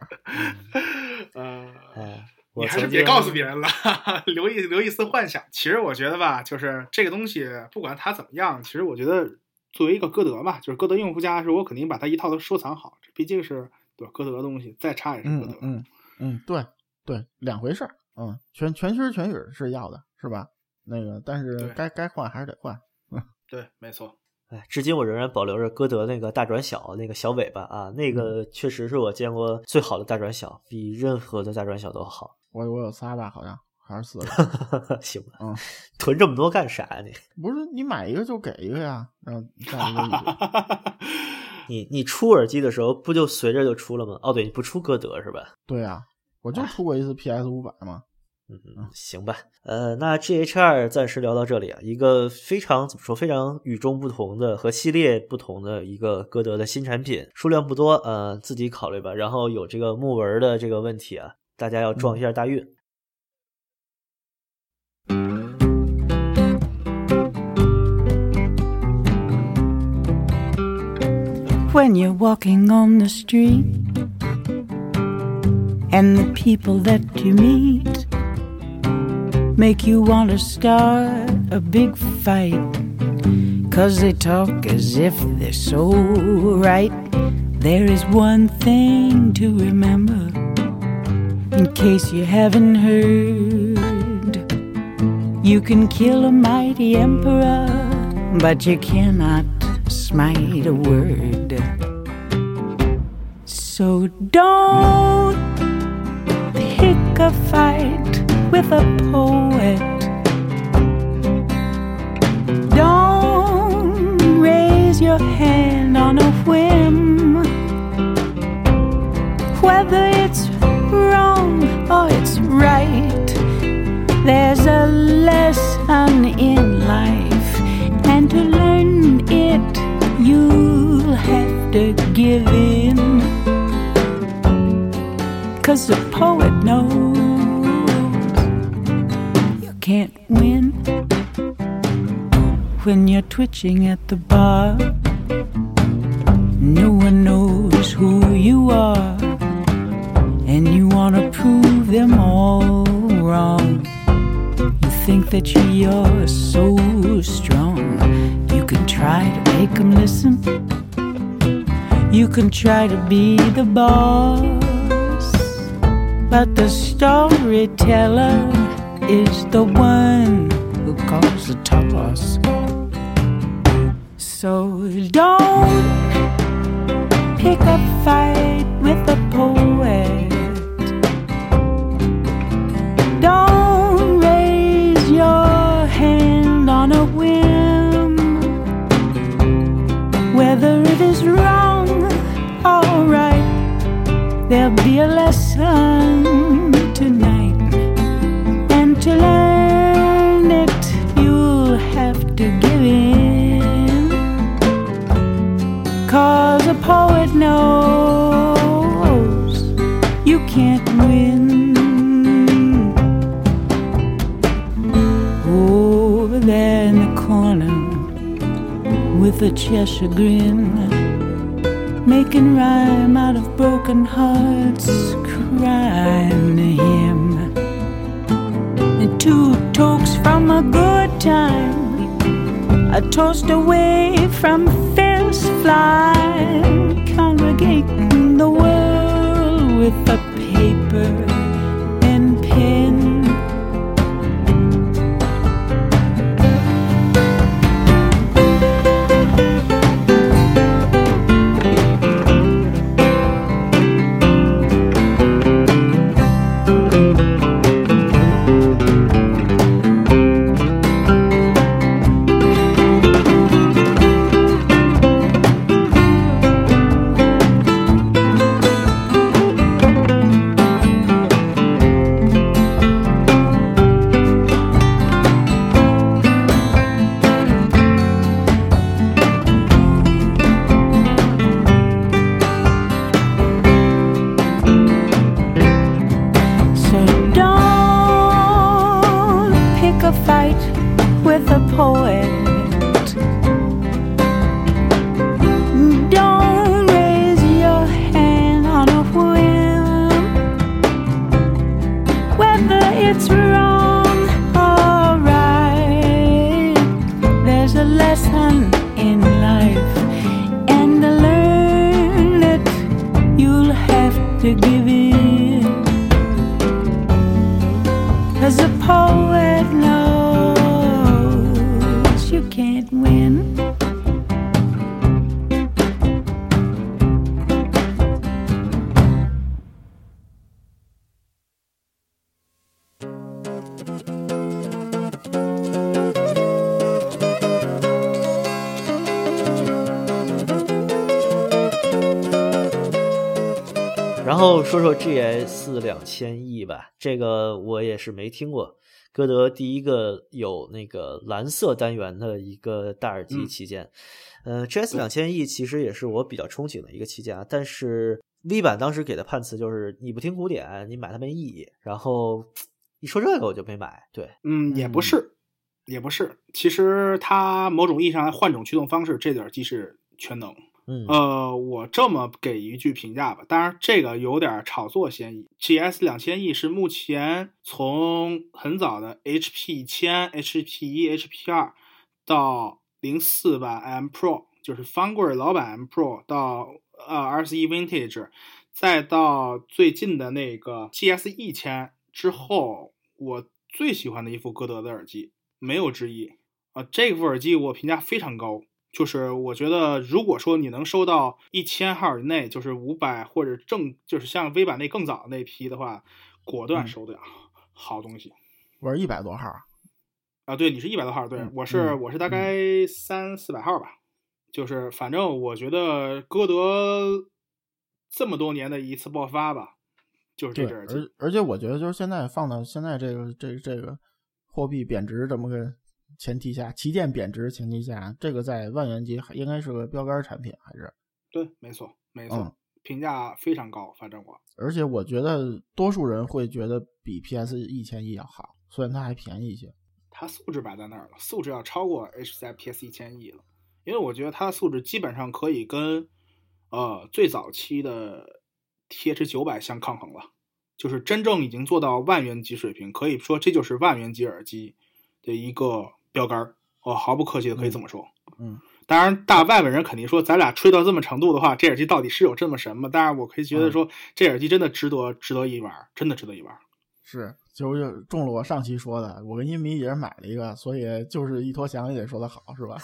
你还是别告诉别人了，留一丝幻想。其实我觉得吧，就是这个东西不管它怎么样，其实我觉得作为一个歌德嘛，就是歌德用户家，是我肯定把它一套都收藏好，这毕竟是对歌德的东西，再差也是歌德。 对，两回事儿。全虚全语是要的，是吧？那个，但是该换还是得换。 对，没错。 至今我仍然保留着歌德那个大转小那个小尾巴啊，那个确实是我见过最好的大转小，比任何的大转小都好。 我有仨吧，好像还是4个。 行吧，囤这么多干啥呀？ 不是你买一个就给一个呀，然后再一个你出耳机的时候不就随着就出了吗？哦，对，你不出歌德是吧？ 对啊，我就出过一次 PS500嘛。 行吧。那 GH2 暂时聊到这里啊，一个非常非常与众不同的和系列不同的一个歌德的新产品，数量不多，自己考虑吧。然后有这个木纹的这个问题啊，大家要撞一下大运。 When you're walking on the street And the people that you meet make you want to start a big fight, 'cause they talk as if they're so right. There is one thing to remember, in case you haven't heard. You can kill a mighty emperor, but you cannot smite a word. So don't pick a fight with a poet. Don't raise your hand on a whim. Whether it's wrong or it's right, there's a lesson in life, and to learn it you'll have to give in. 'Cause the poet knows you can't win. When you're twitching at the bar, no one knows who you are, and you want to prove them all wrong. You think that you're so strong. You can try to make them listen. You can try to be the boss, but the storyteller is the one who calls the toss. So don't pick a fight with a poet. Don't raise your hand on a whim. Whether it is wrong or right, there'll be a lesson tonight, and to learn it you'll have to give in. 'Cause a poet knows you can't win. Over there in the corner with a Cheshire grin, making rhyme out of broken hearts, crying to him. And 2 tokes from a good time, a toast away from fierce flying, congregating the world with a paper and pen. 然后说说 GS 2000 E 吧，这个我也是没听过。歌德第一个有那个蓝色单元的一个大耳机旗舰。GS 2000 E 其实也是我比较憧憬的一个旗舰，但是 V 版当时给的判词就是你不听古典，你买它没意义。然后一说这个我就没买。对， 也不是，也不是。其实它某种意义上来换种驱动方式，这对耳机是全能。 我这么给一句评价吧，当然这个有点炒作嫌疑。GS2000E 是目前从很早的 HP1000、HP1、HP2 到04版 M Pro， 就是方柜老版 M Pro 到RC Vintage， 再到最近的那个 GS1000之后，我最喜欢的一副歌德的耳机，没有之一。这副耳机我评价非常高。就是我觉得，如果说你能收到1000号以内，就是500或者就是像 V 版那更早的那批的话，果断收掉，好东西。 我是100多号啊，对，你是100多号，对，我是大概300-400号吧。就是反正我觉得歌德这么多年的一次爆发吧，就是这只耳机。 而且我觉得就是现在放到现在这个货币贬值这么个前提下，旗舰贬值前提下，这个在万元级应该是个标杆产品，还是？ 对，没错，评价非常高，反正我。 而且我觉得多数人会觉得比 PS1000E 要好，虽然它还便宜一些。 它素质摆在那儿了，素质要超过 PS1000E 了，因为我觉得它的素质基本上可以跟最早期的 TH900 相抗衡了，就是真正已经做到万元级水平，可以说这就是万元级耳机的一个标杆，我毫不客气的可以这么说。当然大外面人肯定说咱俩吹到这么程度的话，这耳机到底是有这么什么？当然我可以觉得说这耳机真的值得一玩，真的值得一玩。 是，就是中了我上期说的，我跟音迷也是买了一个，所以就是一坨翔也得说的好，是吧？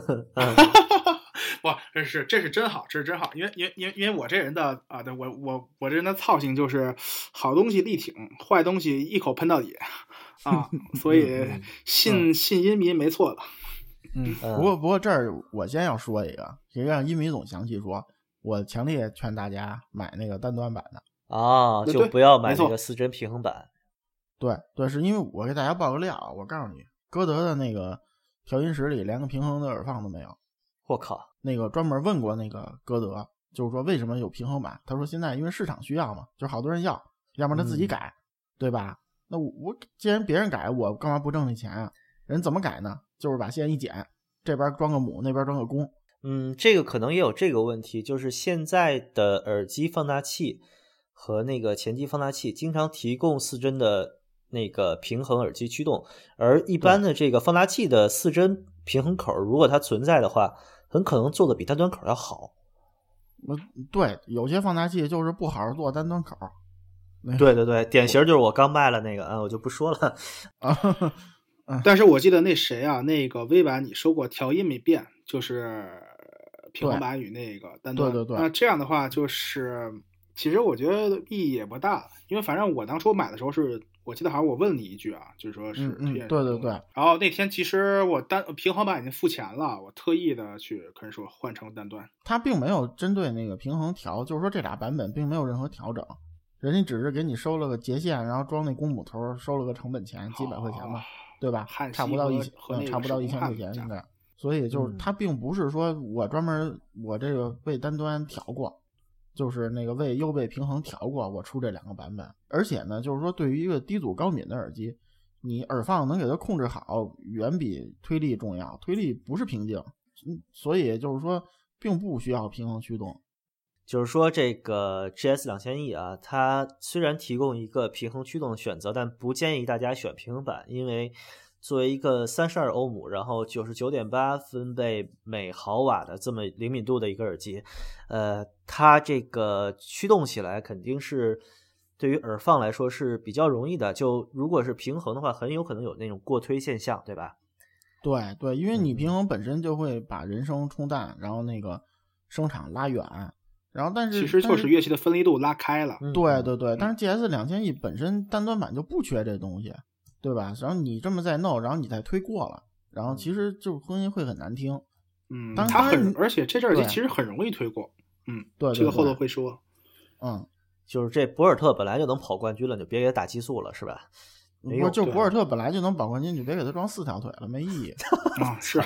哇，这是真好，这是真好，因为我这人的对，我这人的操性就是好东西力挺，坏东西一口喷到底啊，所以信音迷没错的。 不过这儿我先要说一个，也让音迷总详细说，我强烈劝大家买那个单端版的就不要买那个4帧平衡版。 对，是因为我给大家爆个料，我告诉你，歌德的那个调音室里连个平衡的耳放都没有。 我靠！ 那个专门问过那个歌德，就是说为什么有平衡版？他说现在因为市场需要嘛，就是好多人要不然他自己改，对吧？那我既然别人改，我干嘛不挣那钱啊？人怎么改呢？就是把线一剪，这边装个母，那边装个公。 这个可能也有这个问题，就是现在的耳机放大器和那个前机放大器经常提供4帧的那个平衡耳机驱动，而一般的这个放大器的4帧平衡口，如果它存在的话，很可能做的比单端口要好。 对，有些放大器就是不好好做单端口。 对，典型就是我刚卖了那个，我就不说了。 但是我记得那谁啊，那个 V 版你说过调音没变，就是平衡版与那个单端。 对。 那这样的话，就是其实我觉得意义也不大，因为反正我当初买的时候是，我记得好像我问你一句啊，就是说是推荐。 对。 然后那天其实我平衡版已经付钱了，我特意的去跟说换成单端。 它并没有针对那个平衡调，就是说这俩版本并没有任何调整，人家只是给你收了个节线，然后装那公母头，收了个成本钱，几百块钱吧。对吧？差不到1000块钱应该，所以就是它并不是说我专门我这个为单端调过，就是那个为优贝平衡调过，我出这2个版本。而且呢，就是说对于一个低阻高敏的耳机，你耳放能给它控制好，远比推力重要。推力不是瓶颈，所以就是说并不需要平衡驱动。 就是说这个 GS2000E 啊，它虽然提供一个平衡驱动的选择，但不建议大家选平衡版，因为作为一个32欧姆，然后 99.8 分贝每毫瓦的这么灵敏度的一个耳机，它这个驱动起来肯定是对于耳放来说是比较容易的，就如果是平衡的话，很有可能有那种过推现象，对吧？ 对，因为你平衡本身就会把人声冲淡，然后那个声场拉远。然后但是其实就是乐器的分离度拉开了。 对，但是 GS2000E 本身单端版就不缺这东西，对吧？然后你这么再弄，然后你再推过了，然后其实就声音会很难听。 而且这耳机其实很容易推过。 对， 这个后头会说。 就是这博尔特本来就能跑冠军了，就别给他打激素了，是吧？ 就博尔特本来就能跑冠军，就别给他装4条腿了，没意义。 是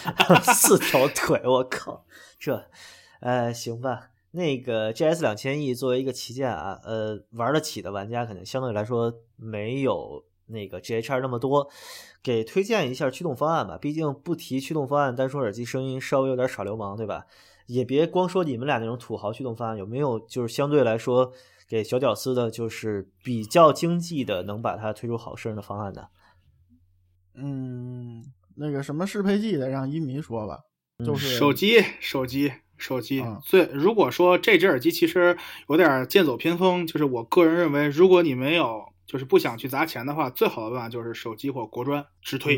4条腿，我靠，这行吧。那个 GS2000E 作为一个旗舰啊，玩得起的玩家肯定相对来说没有那个 GH2 那么多，给推荐一下驱动方案吧。毕竟不提驱动方案，单说耳机声音稍微有点耍流氓，对吧？ 也别光说你们俩那种土豪驱动方案，有没有就是相对来说给小屌丝的，就是比较经济的，能把它推出好事的方案呢？ 那个什么适配剂的，让一迷说吧。就是手机。如果说这只耳机其实有点剑走偏锋，就是我个人认为，如果你没有就是不想去砸钱的话，最好的办法就是手机或国专直推。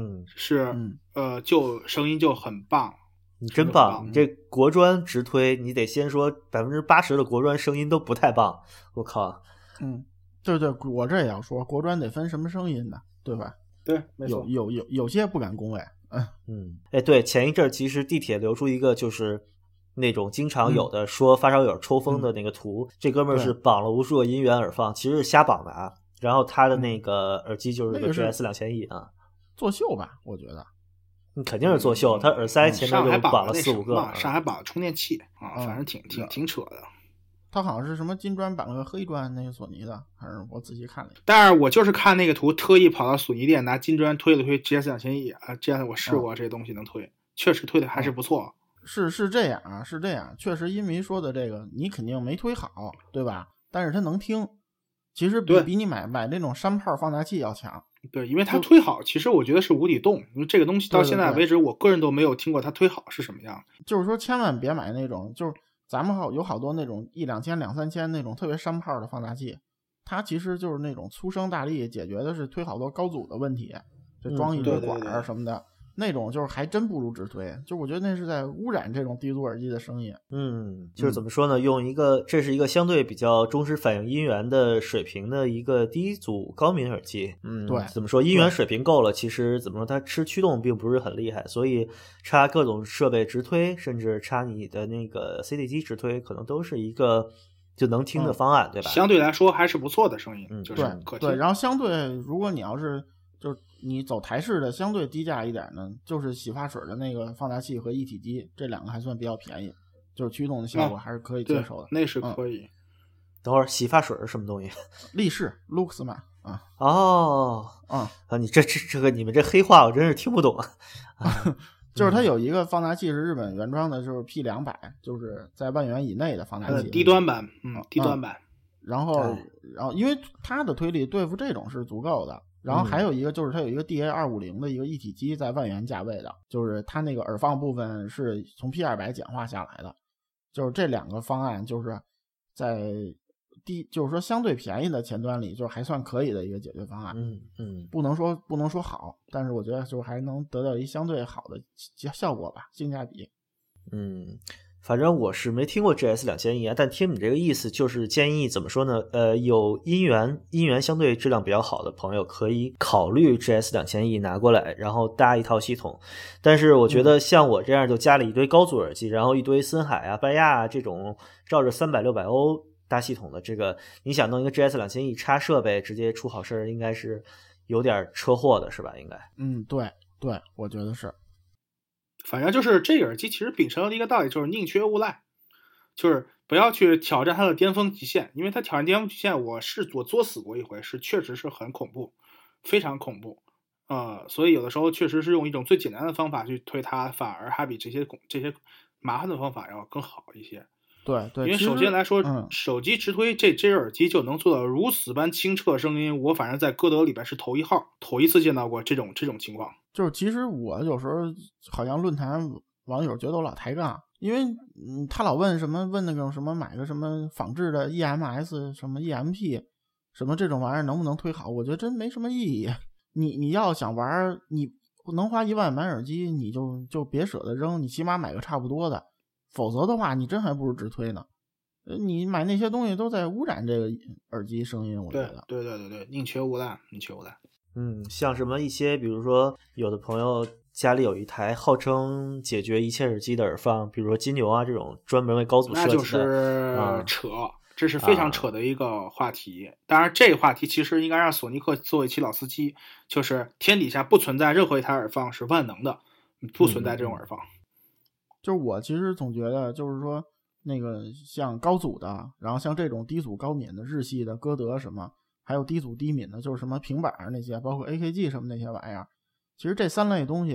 就声音就很棒。 你真棒！你这国专直推，你得先说80%的国专声音都不太棒，我靠。 对，我这也要说，国专得分什么声音的，对吧？ 对，没错。 有些不敢恭维。 对，前一阵其实地铁流出一个就是那种经常有的说发烧友抽风的那个图，这哥们儿是绑了无数个音源耳放，其实是瞎绑的啊。然后他的那个耳机就是个 GS2100 啊， 作秀吧，我觉得。 肯定是作秀，他耳塞前面就绑了4-5个， 上海绑了充电器啊，反正挺扯的。 他好像是什么金砖绑了个黑砖，那个索尼的，还是我仔细看了。 但是我就是看那个图，特意跑到索尼店拿金砖推了推 GS2100 啊，这样我试过这东西能推，确实推的还是不错。 是这样啊，是这样，确实音迷说的这个你肯定没推好，对吧？但是他能听，其实比你买那种山炮放大器要强。 对，因为他推好，其实我觉得是无底洞，因为这个东西到现在为止，我个人都没有听过他推好是什么样。 就是说，千万别买那种，就是咱们有好多那种1-2千、2-3千那种特别山炮的放大器，它其实就是那种粗声大力，解决的是推好多高阻的问题，就装一堆管什么的。那种就是还真不如直推，就我觉得那是在污染这种低阻耳机的声音。 就是怎么说呢，这是一个相对比较忠实反映音源的水平的一个低阻高频耳机。 对， 怎么说，音源水平够了，其实怎么说，它吃驱动并不是很厉害，所以插各种设备直推，甚至插你的那个 CD 机直推，可能都是一个就能听的方案，对吧？ 相对来说还是不错的声音，就是可听。 对，然后相对如果你要是就是你走台式的相对低价一点呢，就是洗发水的那个放大器和一体机，这两个还算比较便宜，就是驱动的效果还是可以接受的。 那是可以。 等会儿洗发水是什么东西？ 力士 Luxman 啊。 你这个你们这黑话我真是听不懂啊。 就是它有一个放大器是日本原装的，就是 P200， 就是在万元以内的放大器， 低端版，低端版。 然后因为它的推力对付这种是足够的。然后还有一个就是它有一个 DA250 的一个一体机，在万元价位的，就是它那个耳放部分是从 P200 简化下来的。就是这两个方案就是在就是说相对便宜的前端里，就是还算可以的一个解决方案。不能说好，但是我觉得就还能得到一相对好的效果吧，性价比。 反正我是没听过 GS2100 啊，但听你这个意思就是建议怎么说呢？有音源相对质量比较好的朋友可以考虑 GS2100 拿过来，然后搭一套系统。但是我觉得像我这样就加了一堆高阻耳机，然后一堆森海啊、拜亚啊这种照着300-600欧搭系统的，这个你想弄一个 GS2100 插设备直接出好事，应该是有点车祸的，是吧？应该。 对，我觉得是。 反正就是这个耳机其实秉承的一个道理就是宁缺毋滥，就是不要去挑战它的巅峰极限，因为它挑战巅峰极限我作死过一回，确实是很恐怖，非常恐怖所以有的时候确实是用一种最简单的方法去推它，反而还比这些麻烦的方法要更好一些。 对， 因为首先来说，手机直推这只耳机就能做到如此般清澈声音，我反正在歌德里边是头一次见到过这种情况。 就是其实我有时候好像论坛网友觉得我老抬杠，因为他老问那种什么买个什么仿制的 EMS 什么 EMP 什么这种玩意儿能不能推好，我觉得真没什么意义。你要想玩，你能花1万买耳机，你就别舍得扔，你起码买个差不多的，否则的话你真还不如直推呢。你买那些东西都在污染这个耳机声音，我觉得。 对，宁缺毋滥。 像什么一些，比如说有的朋友家里有一台号称解决一切耳机的耳放，比如说金牛啊这种专门为高阻设计的， 那就是扯，这是非常扯的一个话题。当然，这个话题其实应该让索尼克做一期老司机，就是天底下不存在任何一台耳放是万能的，不存在这种耳放。 就是我其实总觉得，就是说那个像高阻的，然后像这种低阻高敏的日系的歌德什么。还有低阻低敏的，就是什么平板那些，包括 AKG 什么那些玩意儿。其实这3类东西，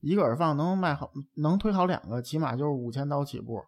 一个耳放能推好2个，起码就是5000刀起步。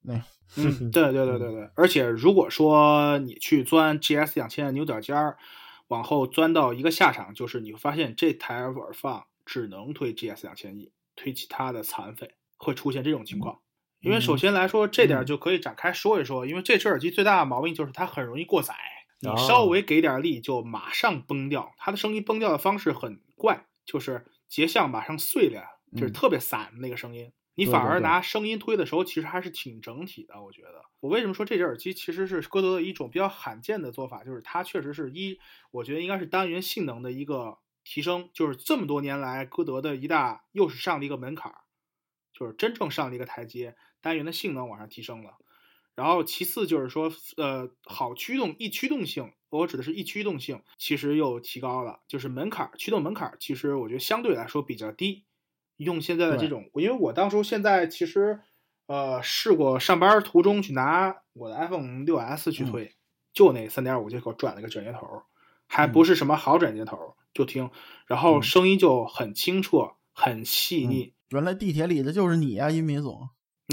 对，而且如果说你去钻 GS2000 的牛角尖儿，往后钻到一个下场，就是你会发现这台耳放只能推 GS2000E， 推其他的残废，会出现这种情况。因为首先来说，这点就可以展开说一说，因为这只耳机最大的毛病就是它很容易过载，你稍微给点力就马上崩掉，它的声音崩掉的方式很怪，就是结像马上碎了，就是特别散的那个声音。你反而拿声音推的时候，其实还是挺整体的。我觉得，我为什么说这只耳机其实是歌德的一种比较罕见的做法，就是它确实是我觉得应该是单元性能的一个提升，就是这么多年来歌德的又是上了一个门槛，就是真正上了一个台阶，单元的性能往上提升了。然后其次就是说，易驱动性，我指的是易驱动性，其实又提高了，就是驱动门槛，其实我觉得相对来说比较低。用现在的这种，因为我当初现在其实试过上班途中去拿我的 iPhone 6s 去推，就那 3.5 接口转了个转接头，还不是什么好转接头，就听，然后声音就很清澈，很细腻。 原来地铁里的就是你呀，音频总。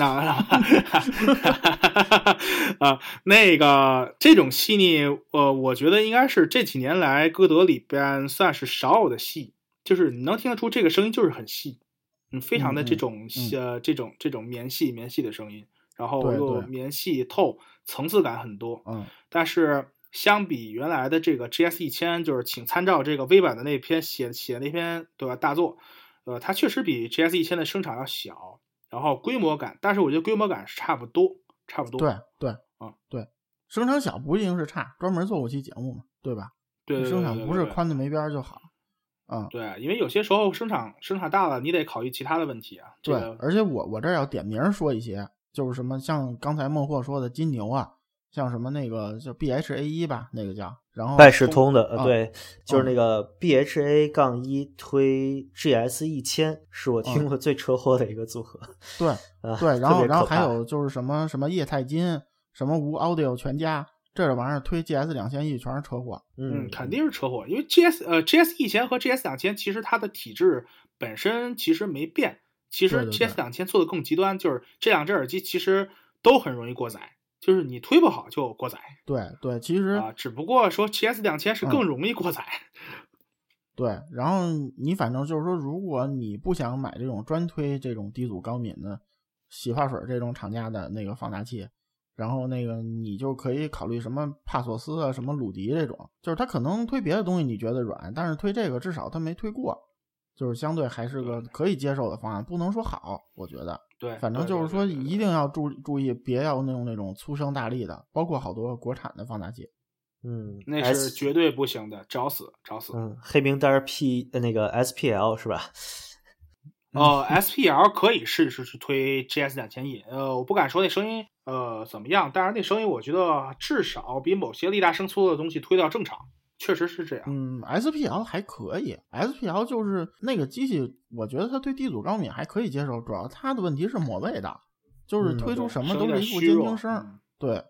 那个这种细腻，我觉得应该是这几年来歌德里边算是少有的细，就是你能听得出这个声音就是很细。非常的这种绵细的声音，然后又绵细透，层次感很多。但是相比原来的这个 GS1000，就是请参照这个微版的那篇写那篇对吧大作，它确实比 GS1000 的声场要小，然后规模感，但是我觉得规模感是差不多。 对，声场小不一定是差，专门做过期节目嘛，对吧？ 对， 声场不是宽的没边就好。 对，因为有些时候声场大了，你得考虑其他的问题啊。 对，而且我这要点名说一些，就是什么像刚才孟获说的金牛啊，像什么那个叫 BHA1 吧，那个叫，然后拜仕通的，对，就是那个 BHA-1 推 GS1000，是我听过最车祸的一个组合。 对，然后还有就是什么液态金，什么无 Audio 全家。这玩意儿推 GS2000E 全是车祸， 肯定是车祸，因为GS1000和 GS2000其实它的体质本身其实没变，其实 GS2000 做的更极端，就是这两只耳机其实都很容易过载，就是你推不好就过载。 对，其实只不过说 GS2000 是更容易过载。 对，然后你反正就是说，如果你不想买这种专推这种低阻高敏的洗发水这种厂家的那个放大器。然后那个你就可以考虑什么帕索斯啊，什么鲁迪这种，就是它可能推别的东西你觉得软，但是推这个至少它没推过，就是相对还是个可以接受的方案，不能说好，我觉得。 对， 反正就是说一定要注意，别要用那种粗声大力的，包括好多国产的放大器。 那是绝对不行的，找死。 黑名单 那个 SPL 是吧 ？SPL 可以试试推 GS2000E，我不敢说那声音怎么样，但是那声音我觉得至少比某些力大声粗的东西推到正常，确实是这样。 SPL 还可以 ，SPL 就是那个机器，我觉得它对低阻高敏还可以接受，主要它的问题是抹味道，就是推出什么都是一副尖听声。对。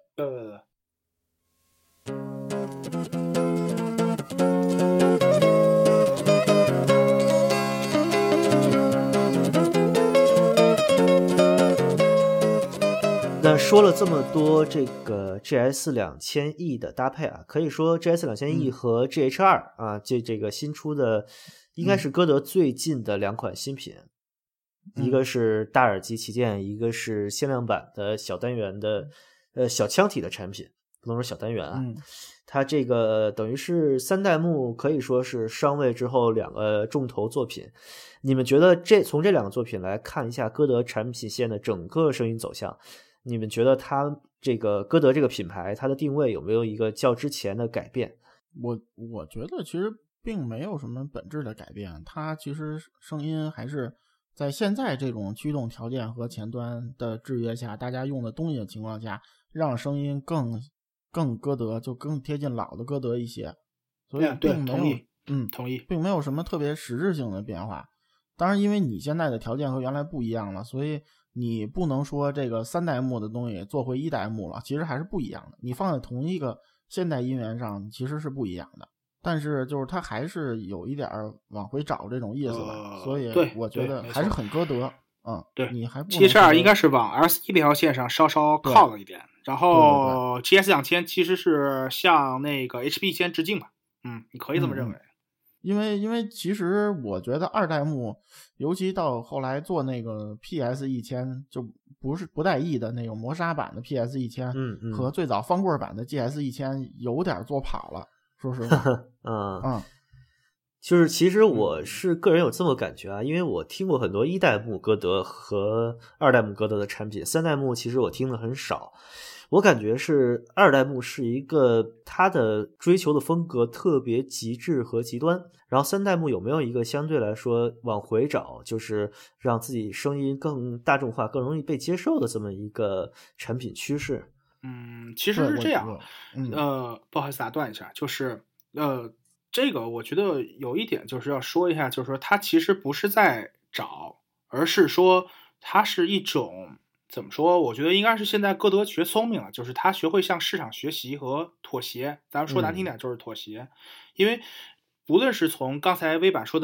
那说了这么多这个 GS2000E 的搭配啊，可以说 GS2000E 和 GH2 啊，这个新出的应该是歌德最近的2款新品，一个是大耳机旗舰，一个是限量版的小单元的小腔体的产品，不能说小单元啊。它这个等于是3代目，可以说是上位之后2个重头作品。你们觉得从这2个作品来看一下歌德产品线的整个声音走向，你们觉得它这个歌德这个品牌它的定位有没有一个较之前的改变？ 我觉得其实并没有什么本质的改变，它其实声音还是在现在这种驱动条件和前端的制约下，大家用的东西的情况下，让声音更歌德，就更贴近老的歌德一些，所以并没有同意， 并没有什么特别实质性的变化。当然因为你现在的条件和原来不一样了，所以你不能说这个3代目的东西做回1代目了，其实还是不一样的，你放在同一个现代音源上其实是不一样的。 但是就是它还是有一点往回找这种意思吧，所以我觉得还是很歌德。 对， 你还 GH2应该是往 RS1 这条线上稍稍靠了一点，然后 GS2000 其实是向那个 HP1000 致敬吧，你可以这么认为。 因为其实我觉得二代目，尤其到后来做那个 PS1000，就不带 E 的那种磨砂版的 PS1000，和最早方棍版的 GS1000 有点做跑了，说实话。 就是其实我是个人有这么感觉啊，因为我听过很多一代目歌德和二代目歌德的产品，三代目其实我听的很少。我感觉是二代目是一个他的追求的风格特别极致和极端，然后三代目有没有一个相对来说往回找，就是让自己声音更大众化、更容易被接受的这么一个产品趋势？ 其实是这样。不好意思打断一下，就是这个我觉得有一点就是要说一下，就是说它其实不是在找，而是说它是一种怎么说？我觉得应该是现在歌德学聪明了，就是他学会向市场学习和妥协。咱们说难听点就是妥协，因为不论是从刚才微版说的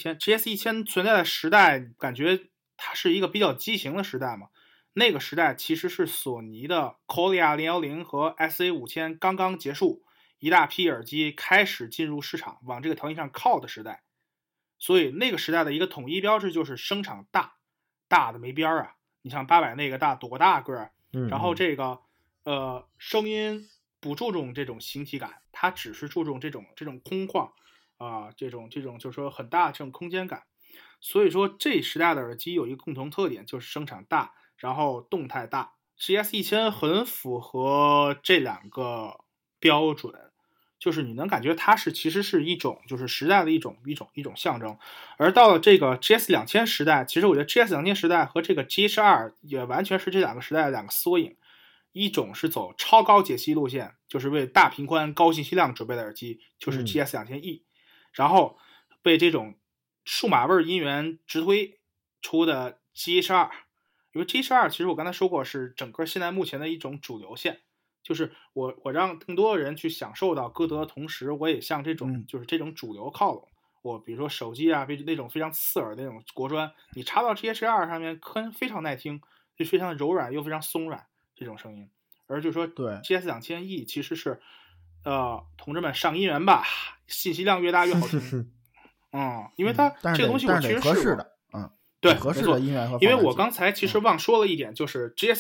GS1000 存在的时代，感觉它是一个比较畸形的时代嘛。那个时代其实是索尼的 Colia 010和 SA5000 刚刚结束。一大批耳机开始进入市场，往这个条件上靠的时代，所以那个时代的一个统一标志就是声场大的没边啊！你像800那个大多大个，然后这个声音不注重这种形体感，它只是注重这种空旷这种就是说很大的这种空间感。所以说这时代的耳机有一个共同特点，就是声场大，然后动态大。GS1000 很符合这两个标准。就是你能感觉它其实是一种就是时代的一种象征，而到了这个 GS2000 时代，其实我觉得 GS2000 时代和这个 GH2 也完全是这两个时代的两个缩影。一种是走超高解析路线，就是为大频宽高信息量准备的耳机，就是 GS2000E，然后被这种数码味音源直推出的 GH2，因为 GH2 其实我刚才说过是整个现在目前的一种主流线。就是我让更多的人去享受到歌德的同时，我也向这种就是这种主流靠拢。我比如说手机啊，那种非常刺耳的那种国专，你插到 GH2 上面，非常耐听，就非常柔软又非常松软这种声音。而就说对 GS2000E 其实是同志们上音源吧，信息量越大越好听。因为它这个东西我其实合适的， 对， 合适的音源和因为我刚才其实忘说了一点，就是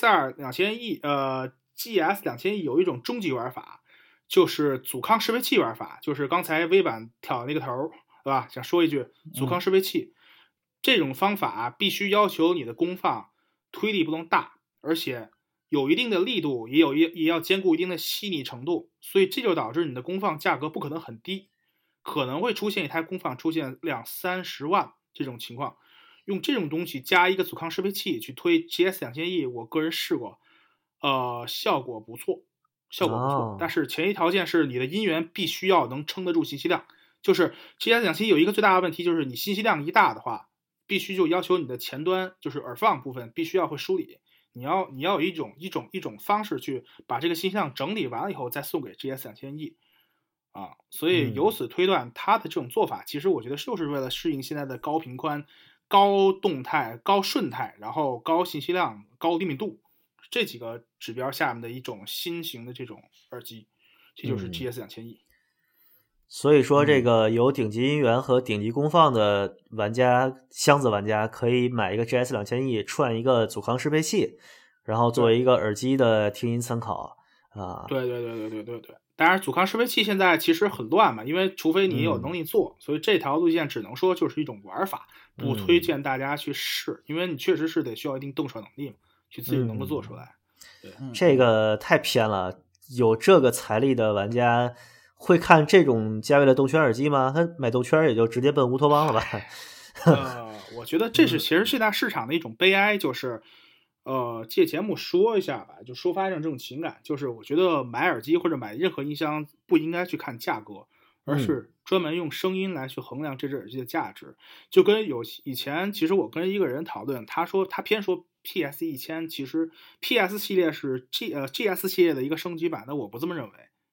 GS2000E GS2000E 有一种终极玩法，就是阻抗适配器玩法，就是刚才微版挑那个头，对吧？想说一句，阻抗适配器，这种方法必须要求你的功放推力不能大，而且有一定的力度，也要兼顾一定的细腻程度，所以这就导致你的功放价格不可能很低，可能会出现一台功放出现20-30万这种情况。用这种东西加一个阻抗适配器去推 GS2000E， 我个人试过。效果不错，但是前提条件是你的音源必须要能撑得住信息量。就是 GS2000有一个最大的问题，就是你信息量一大的话，必须就要求你的前端就是耳放部分必须要会梳理，你要有一种方式去把这个信息量整理完了以后再送给 GS2000E 所以由此推断，它的这种做法其实我觉得就是为了适应现在的高频宽、高动态、高顺态，然后高信息量、高灵敏度这几个指标下面的一种新型的这种耳机，这就是 GS2000E。 所以说，这个有顶级音源和顶级功放的玩家，箱子玩家可以买一个 GS2000E， 串一个阻抗适配器，然后作为一个耳机的听音参考对。当然，阻抗适配器现在其实很乱嘛，因为除非你有能力做，所以这条路线只能说就是一种玩法，不推荐大家去试，因为你确实是得需要一定动手能力嘛。去自己能够做出来， 这个太偏了。有这个财力的玩家会看这种价位的动圈耳机吗？他买动圈也就直接奔乌托邦了吧？ 我觉得这是其实现在市场的一种悲哀，就是借节目说一下吧，就抒发一种这种情感，就是我觉得买耳机或者买任何音箱不应该去看价格，而是专门用声音来去衡量这只耳机的价值。就跟以前其实我跟一个人讨论，他偏说PS1000 其实 PS 系列是GS 系列的一个升级版，但我不这么认为，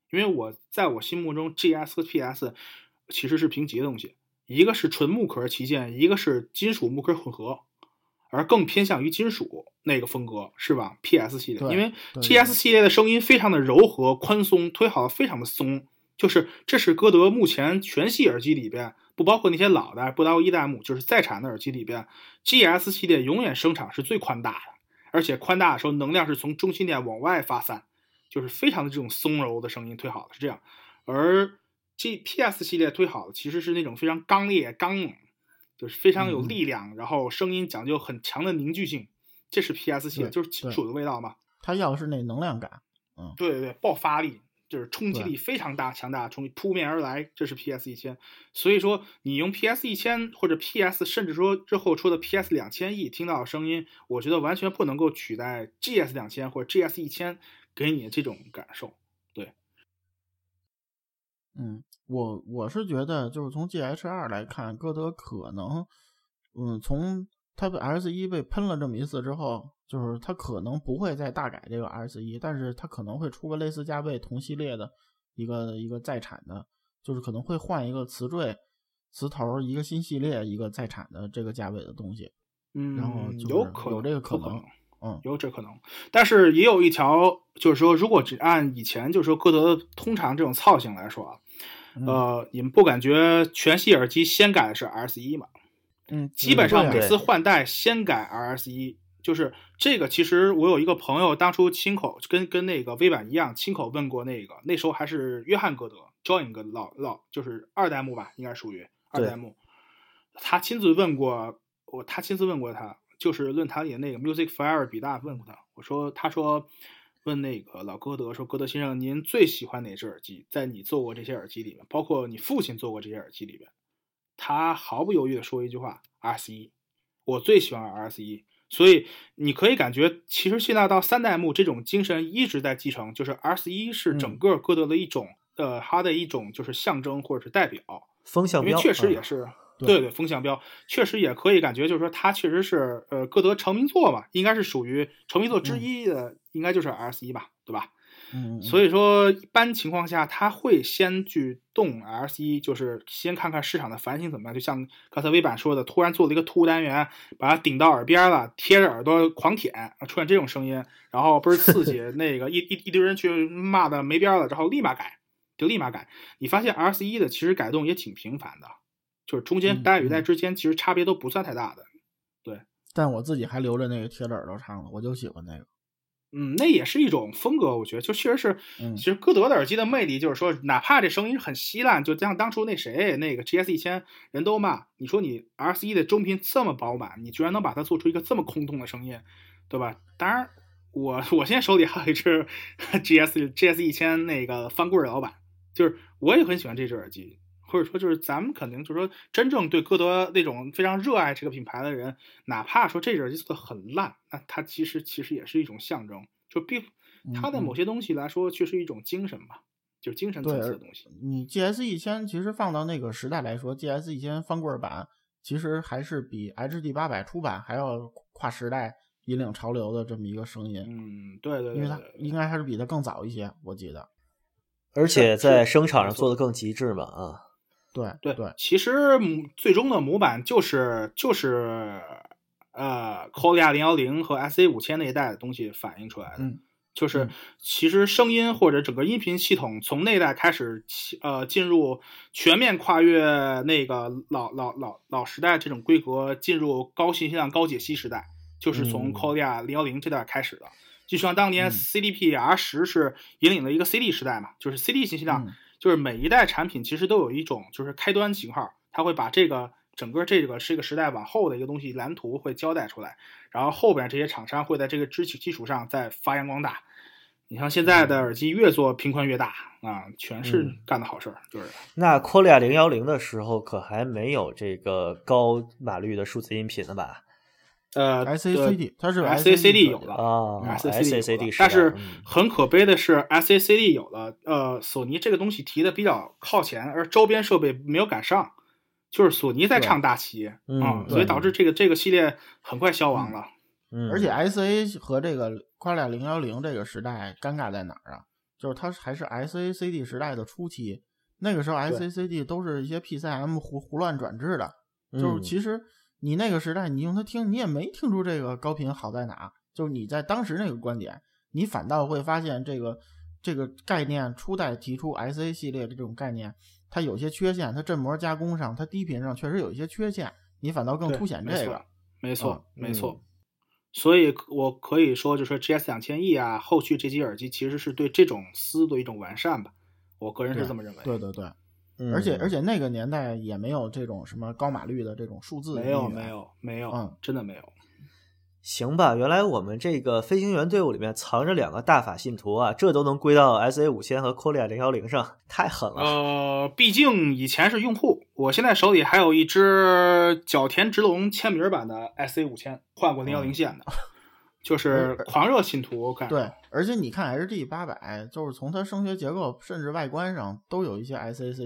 因为在我心目中 GS 和 PS 其实是平级的东西，一个是纯木壳旗舰，一个是金属木壳混合，而更偏向于金属那个风格是吧 PS 系列，因为 GS 系列的声音非常的柔和宽松，推好的非常的松，就是这是歌德目前全系耳机里边，不包括那些老的不到1代目，就是在产的耳机里边 GS 系列永远声场是最宽大的，而且宽大的时候能量是从中心点往外发散，就是非常的这种松柔的声音推好的是这样。而PS 系列推好的其实是那种非常刚烈刚猛，就是非常有力量，然后声音讲究很强的凝聚性，这是 PS 系列，就是金属的味道嘛。 它要的是那能量感， 对对对，爆发力，就是冲击力非常大，强大，冲击扑面而来，这是 PS1000。所以说，你用 PS1000 或者 PS， 甚至说日后出的 PS2000E 听到的声音，我觉得完全不能够取代 GS2000 或者 GS1000给你的这种感受。对， 我是觉得，就是从 GH2 来看，歌德可能，从他被 RS1 被喷了这么一次之后，就是他可能不会再大改这个 RS1，但是他可能会出个类似加倍同系列的一个再产的，就是可能会换一个磁坠、磁头，一个新系列，一个再产的这个价位的东西。然后有这个可能。 有这可能，但是也有一条，就是说，如果只按以前就是说歌德通常这种操性来说啊，你们不感觉全系耳机先改的是 RS1 吗？基本上每次换代先改 RS1，就是这个。其实我有一个朋友当初亲口跟那个微版一样，亲口问过那时候还是约翰歌德 ，John 歌老就是2代目吧，应该属于2代目，他亲自问过他。就是论坛里的那个 Music Forever 比大问过他说问那个老歌德说，歌德先生您最喜欢哪只耳机？在你做过这些耳机里面，包括你父亲做过这些耳机里面，他毫不犹豫的说一句话 RS1， 我最喜欢 RS1。所以你可以感觉其实现在到3代目这种精神一直在继承，就是 RS1 是整个歌德的一种它的一种就是象征或者是代表风向标， 因为确实也是对风向标，确实也可以感觉就是说它确实是歌德成名作嘛，应该是属于成名作之一的，应该就是 RS1 吧，对吧？所以说一般情况下他会先去动 RS1， 就是先看看市场的反响怎么样，就像刚才微版说的，突然做了一个突兀单元，把它顶到耳边了，贴着耳朵狂舔，出现这种声音，然后倍儿刺激，那个一堆人去骂的没边了，然后立马改。你发现 RS1 的其实改动也挺频繁的，就是中间代与代之间其实差别都不算太大的。对， 但我自己还留着那个贴着耳朵唱了，我就喜欢那个。 那也是一种风格，我觉得就确实是，其实歌德的耳机的魅力就是说，哪怕这声音很稀烂，就像当初那谁那个 GS1000 人都骂，你说你 RS1 的中频这么饱满，你居然能把它做出一个这么空洞的声音，对吧？当然，我现在手里还有一只 GS1000 那个翻柜老板，就是我也很喜欢这只耳机。或者说就是咱们肯定就是说真正对歌德那种非常热爱这个品牌的人，哪怕说这只耳机做的很烂，那它其实也是一种象征，就它的某些东西来说却是一种精神吧，就是精神层次的东西。 你 GS1000 其实放到那个时代来说， GS1000 翻柜版其实还是比 HD800 出版还要跨时代引领潮流的这么一个声音。 对， 因为它应该还是比它更早一些，我记得， 而且在声场上做的更极致嘛。 对， 其实最终的模板就是Colia 010和 SA5000 那一代的东西反映出来的，就是其实声音或者整个音频系统从那代开始进入全面跨越那个老时代这种规格，进入高信息量高解析时代，就是从 Colia 010这代开始的。就像当年 CDP R10 是引领了一个 CD 时代嘛，就是 CD 信息量。就是每一代产品其实都有一种就是开端型号，它会把这个整个这个是一个时代往后的一个东西蓝图会交代出来，然后后边这些厂商会在这个基础上再发扬光大。你像现在的耳机越做频宽越大啊，全是干的好事儿。就是那 Colia 010的时候可还没有这个高码率的数字音频的吧 ？SACD 它是 SACD 有了 SACD 但是很可悲的是 SACD 有了，索尼这个东西提的比较靠前，而周边设备没有赶上，就是索尼在唱大旗所以导致这个系列很快消亡了。 而且 SA 和这个 Colia 010这个时代尴尬在哪儿啊？ 就是它还是 SACD 时代的初期，那个时候 SACD 都是一些 PCM 胡乱转制的，就是其实你那个时代你用它听，你也没听出这个高频好在哪，就是你在当时那个观点，你反倒会发现这个概念初代提出 SA 系列的这种概念，它有些缺陷，它振膜加工上，它低频上确实有一些缺陷，你反倒更凸显这个。 没错。所以我可以说，就是 GS2000E 啊，后续这些耳机其实是对这种思路的一种完善吧，我个人是这么认为。 对，而且那个年代也没有这种什么高码率的这种数字， 没有，真的没有。 行吧，原来我们这个飞行员队伍里面藏着2个大法信徒啊，这都能归到 SA5000 和 Korea 010上，太狠了。 毕竟以前是用户，我现在手里还有一只角田直龙签名版的 SA5000，换过010线的，就是狂热信徒。 对，而且你看 HD800，就是从它声学结构甚至外观上都有一些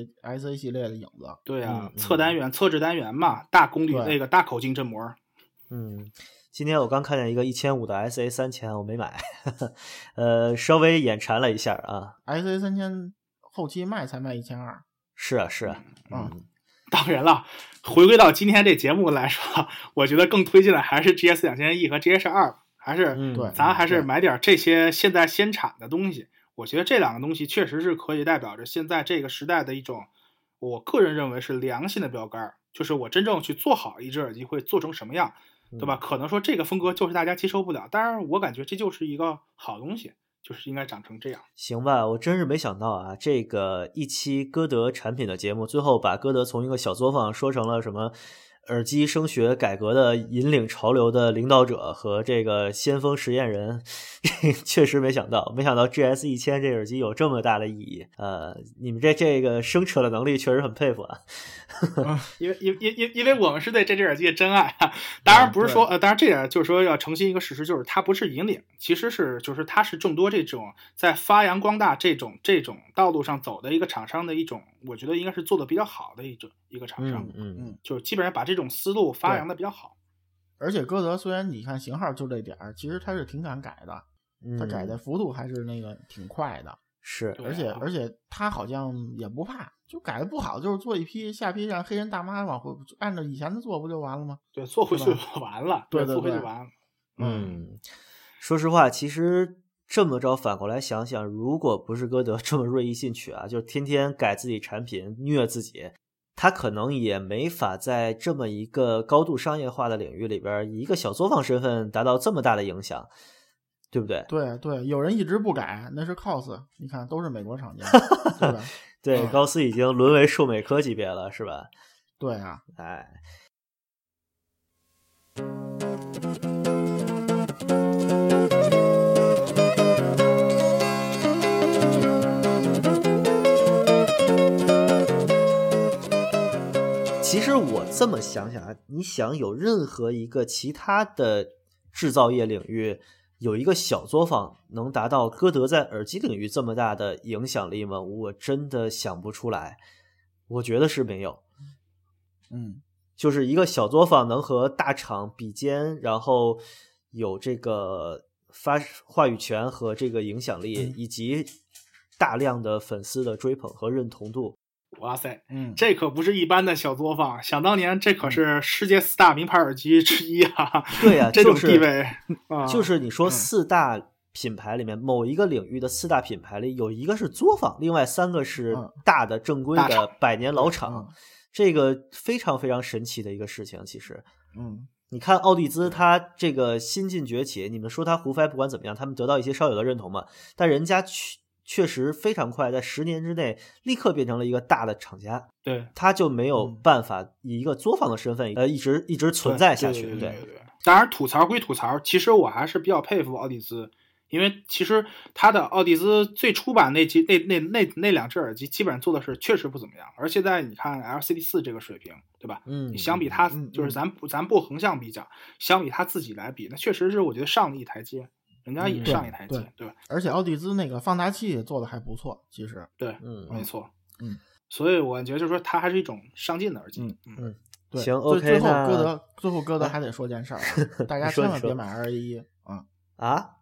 SA 系列的影子。 对啊，侧置单元嘛，大功率那个大口径振膜。 今天我刚看见一个1500的 SA3000，我没买，稍微眼馋了一下啊。 SA3000后期才卖1200。 是啊。 当然了，回归到今天这节目来说，我觉得更推荐的还是 GS2000E 和 GS2，还是咱还是买点这些现在先产的东西。我觉得这2个东西确实是可以代表着现在这个时代的一种，我个人认为是良心的标杆，就是我真正去做好一只耳机会做成什么样。对吧？可能说这个风格就是大家接受不了，当然我感觉这就是一个好东西，就是应该长成这样。 行吧，我真是没想到啊，这个一期歌德产品的节目，最后把歌德从一个小作坊说成了什么耳机声学改革的引领潮流的领导者和这个先锋实验人，确实没想到 GS1000 这耳机有这么大的意义。你们这个生扯的能力确实很佩服啊。 因为我们是对这只耳机的真爱啊。当然不是说当然这点就是说要澄清一个事实，就是它不是引领，其实是就是它是众多这种在发扬光大这种道路上走的一个厂商的一种，我觉得应该是做的比较好的一个厂商。就是基本上把这种思路发扬的比较好。 而且歌德虽然你看型号就这点其实它是挺敢改的，它改的幅度还是那个挺快的。 是， 而且他好像也不怕，就改的不好，就是做一批，下批让黑人大妈往回按照以前的做不就完了吗？ 对，做回去就完了。 对， 做回去就完了。 说实话，其实这么着反过来想想，如果不是歌德这么锐意进取啊，就天天改自己产品虐自己，他可能也没法在这么一个高度商业化的领域里边，以一个小作坊身份达到这么大的影响。对不对？ 对，有人一直不改，那是 COS， 你看都是美国厂家，对吧？ 对，高斯已经沦为数美科级别了，是吧？ 对啊， 其实我这么想想啊，你想有任何一个其他的制造业领域有一个小作坊能达到歌德在耳机领域这么大的影响力吗？我真的想不出来，我觉得是没有。就是一个小作坊能和大厂比肩，然后有这个话语权和这个影响力，以及大量的粉丝的追捧和认同度。 哇塞，这可不是一般的小作坊，想当年这可是世界4大名牌耳机之一啊！ 对啊， 这种地位， 就是你说4大品牌里面某一个领域的4大品牌里有一个是作坊，另外3个是大的正规的百年老厂，这个非常非常神奇的一个事情。其实，你看奥蒂兹他这个新晋崛起，你们说他胡翻不管怎么样，他们得到一些稍有的认同嘛，但人家确实非常快，在10年之内立刻变成了一个大的厂家。 对， 他就没有办法以一个作坊的身份一直存在下去。 对，当然吐槽归吐槽，其实我还是比较佩服奥蒂兹，因为其实他的奥蒂兹最初版那2只耳机基本上做的是确实不怎么样，而现在你看 LCD4 这个水平，对吧？你相比他就是咱不横向比较，相比他自己来比，那确实是我觉得上了一台阶。人家也上一台阶，对吧？ 而且奥蒂兹那个放大器做的还不错，其实对，没错，所以我觉得就是说它还是一种上进的耳机。 对， 行 ，OK， 最后歌德还得说件事儿，大家千万别买211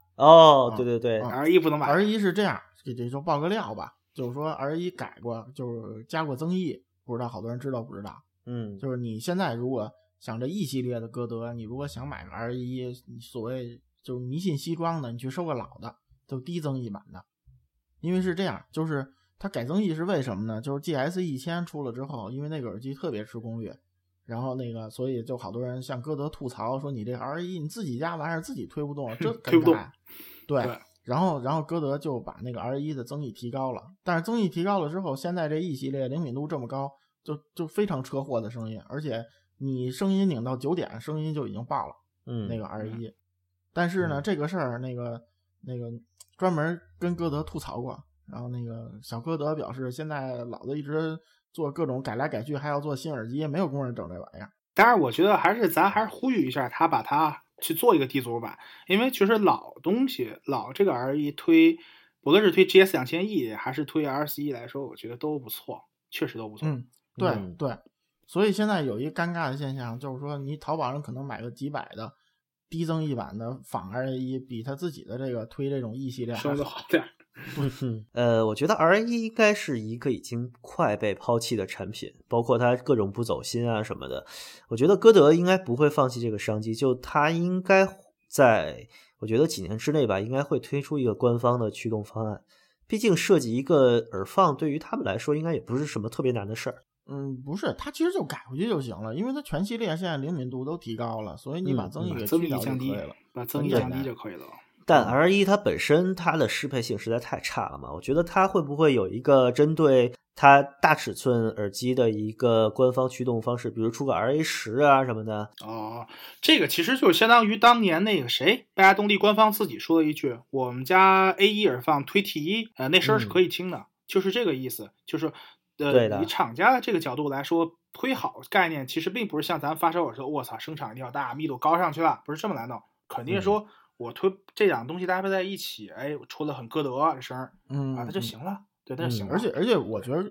哦，对对对 ，R1不能买。 R1是这样，这就爆个料吧，就是说 R1改过，就是加过增益，不知道好多人知道不知道？就是你现在如果想这 E 系列的歌德，你如果想买个 R1，所谓就是迷信西装的，你去收个老的，就低增益版的。因为是这样，就是它改增益是为什么呢？就是 GS1000 出了之后，因为那个耳机特别吃功率，然后那个所以就好多人向歌德吐槽说你这 R1 你自己家玩意儿自己推不动，这推不动。 对，然后歌德就把那个 R1 的增益提高了，但是增益提高了之后，现在这 E 系列灵敏度这么高，就非常车祸的声音，而且你声音拧到9点，声音就已经爆了。那个 R1，但是呢，这个事儿那个专门跟歌德吐槽过，然后那个小歌德表示，现在老子一直做各种改来改去，还要做新耳机，没有工人整这玩意儿。 当然，我觉得咱还是呼吁一下，他把它去做一个低阻版，因为确实老东西，老这个 R1 推，不论是推 GS2000E 还是推 RCE 来说，我觉得都不错，确实都不错。 对，所以现在有一尴尬的现象，就是说你淘宝上可能买个几百的低增益版的仿 R1 比他自己的这个推这种 E 系列收的好点。 我觉得 R1 应该是一个已经快被抛弃的产品，包括它各种不走心啊什么的。我觉得歌德应该不会放弃这个商机，就它应该在我觉得几年之内吧，应该会推出一个官方的驱动方案。毕竟设计一个耳放对于他们来说应该也不是什么特别难的事儿。 不是，它其实就改回去就行了，因为它全系列现在灵敏度都提高了，所以你把增益给去掉就可以了， 把增益降低就可以了。 但 R1 它本身它的适配性实在太差了嘛，我觉得它会不会有一个针对它大尺寸耳机的一个官方驱动方式，比如出个 RA10 啊什么的？ 这个其实就相当于当年那个谁，拜亚动力官方自己说了一句，我们家 A1 耳放推 T1，那声是可以听的，就是这个意思，就是以厂家的这个角度来说，推好概念其实并不是像咱发烧耳说，我操，声场一定要大，密度高上去了，不是这么来弄，肯定是说我推这两个东西搭配在一起，我出了很歌德这声，那就行了，对，那就行了。 而且我觉得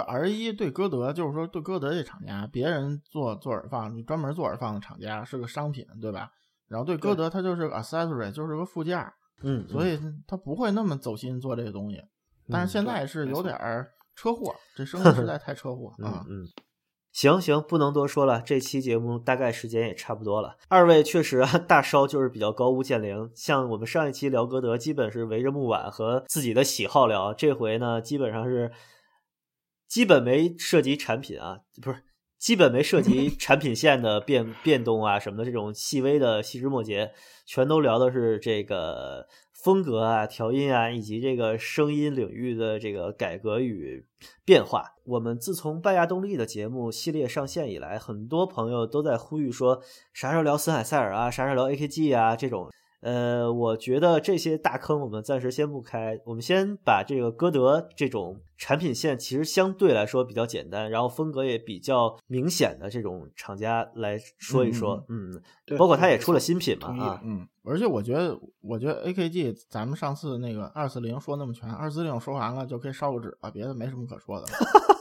R1 对歌德，就是说对歌德这厂家，别人做耳放，你专门做耳放的厂家是个商品，对吧？然后对歌德它就是个 accessory， 就是个附件，所以它不会那么走心做这个东西。但是现在是有点车祸，这声音实在太车祸啊！ 行，不能多说了，这期节目大概时间也差不多了。二位确实大烧就是比较高屋建瓴，像我们上一期聊歌德，基本是围着木碗和自己的喜好聊，这回呢基本没涉及产品啊，不是。基本没涉及产品线的变动啊什么的，这种细微的细枝末节，全都聊的是这个风格啊、调音啊，以及这个声音领域的这个改革与变化。我们自从拜亚动力的节目系列上线以来，很多朋友都在呼吁说，啥时候聊森海塞尔啊，啥时候聊 AKG 啊这种。我觉得这些大坑我们暂时先不开，我们先把这个歌德这种产品线其实相对来说比较简单，然后风格也比较明显的这种厂家来说一说。包括他也出了新品嘛而且我觉得 AKG 咱们上次那个240说那么全，240说完了就可以烧个纸了，别的没什么可说的了。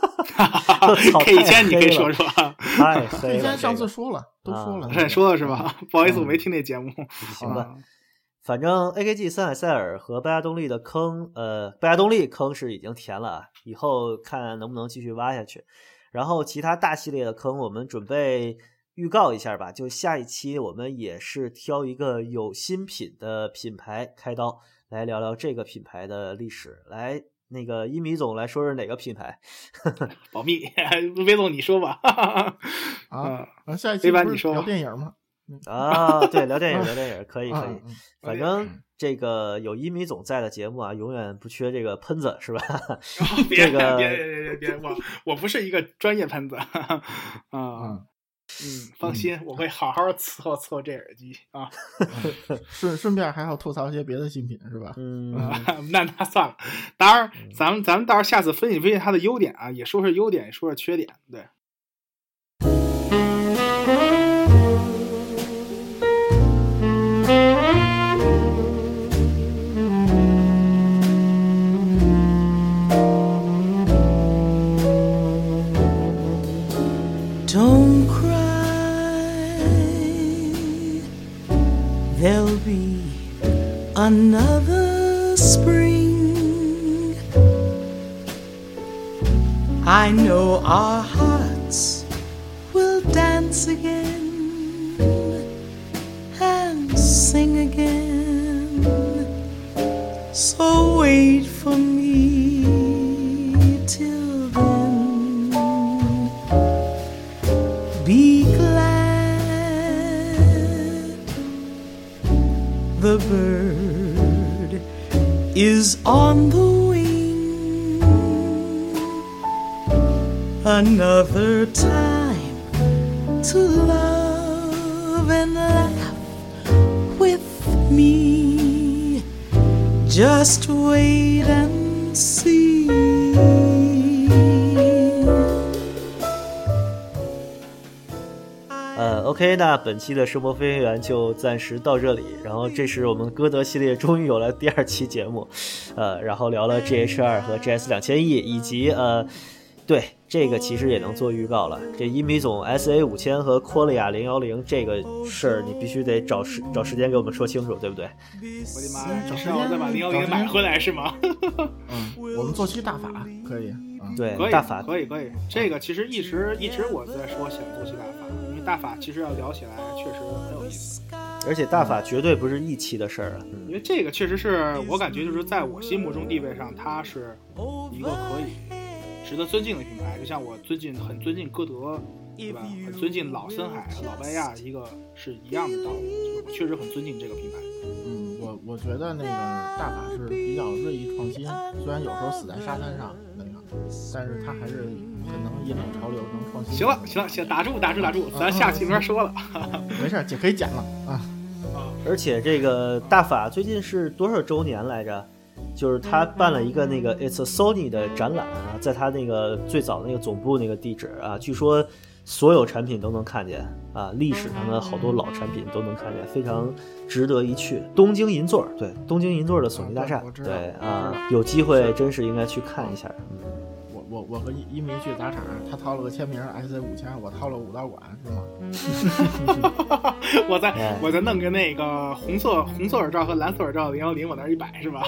K1000 你可以说说。 太黑了。 K1000上次说了，都说了。 说了是吧？不好意思，我没听那节目。 行吧。反正 AKG 森海塞尔和拜亚动力的坑，拜亚动力坑是已经填了，以后看能不能继续挖下去。然后其他大系列的坑，我们准备预告一下吧，就下一期我们也是挑一个有新品的品牌开刀，来聊聊这个品牌的历史。来，那个一米总来说是哪个品牌？ 保密，威总你说吧。 下一期不是聊电影吗？ 对，聊电影可以。反正这个有一米总在的节目啊，永远不缺这个喷子，是吧？ 别，我不是一个专业喷子。放心，我会好好伺候这耳机啊。 顺便还要吐槽一些别的新品，是吧？ 那算了。当然，咱们到时候下次分析它的优点啊，也说说优点，也说说缺点，对。 Don't cry, there'll be another I know our hearts will dance again and sing again. So wait for me till then. Be glad the bird is on the wing. Another time to love and laugh with me. Just wait and see. OK， 那本期的声波飞行员就暂时到这里。然后这是我们歌德系列终于有了第2期节目，然后聊了 GH2 和 GS2100E， 以及对，这个其实也能做预告了。这英米总 SA5000 和科利亚010这个事儿，你必须得找时间给我们说清楚，对不对？ 我的妈呀，是要再把010买回来是吗？ 我们做期大法可以。 对， 可以大法可以。这个其实一直我在说想做期大法，因为大法其实要聊起来确实很有意思。 而且大法绝对不是一期的事儿啊， 因为这个确实是我感觉就是在我心目中地位上，它是一个可以值得尊敬的品牌。就像我很尊敬歌德，对吧？很尊敬老森海、老拜亚，一个是一样的道理。我确实很尊敬这个品牌。 我觉得那个大法是比较锐意创新，虽然有时候死在沙滩上那个，但是它还是很能引领潮流，能创新。 行了，打住，咱下期没法说了。 没事，可以剪了啊。 而且这个大法最近是多少周年来着？就是他办了一个那个 It's a Sony 的展览啊，在他那个最早那个总部那个地址啊，据说所有产品都能看见啊，历史上的好多老产品都能看见，非常值得一去。东京银座，对，东京银座的索尼大厦，对啊，有机会真是应该去看一下。 我和一米去打场，他掏了个签名 SA5000， 我掏了5道管，是吗？ 我再弄个那个红色耳罩和蓝色耳罩的010往那一摆，是吧？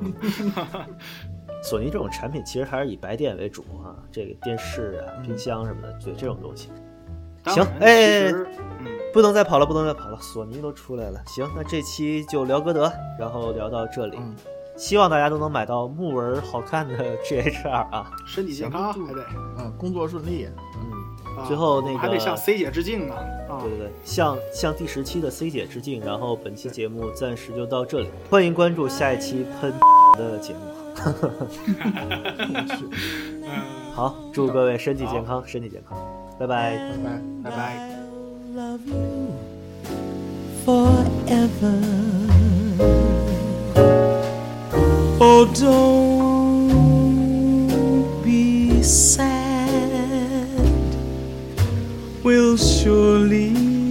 索尼这种产品其实还是以白电为主啊，这个电视啊、冰箱什么的，对这种东西。行，不能再跑了，索尼都出来了。行，那这期就聊歌德，然后聊到这里。希望大家都能买到木纹好看的 GH2 啊， 身体健康还得工作顺利。 最后那个还得向 C 姐致敬呢。 对，向第10期的 C 姐致敬。然后本期节目暂时就到这里，欢迎关注下一期喷的节目。好，祝各位身体健康，拜拜。 Love you forever. Oh, don't be sad. We'll surely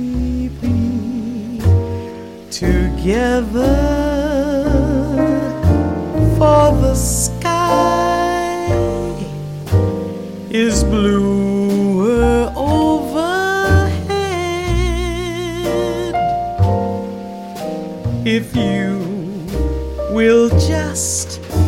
be together. For the sky is bluer overhead. If you will just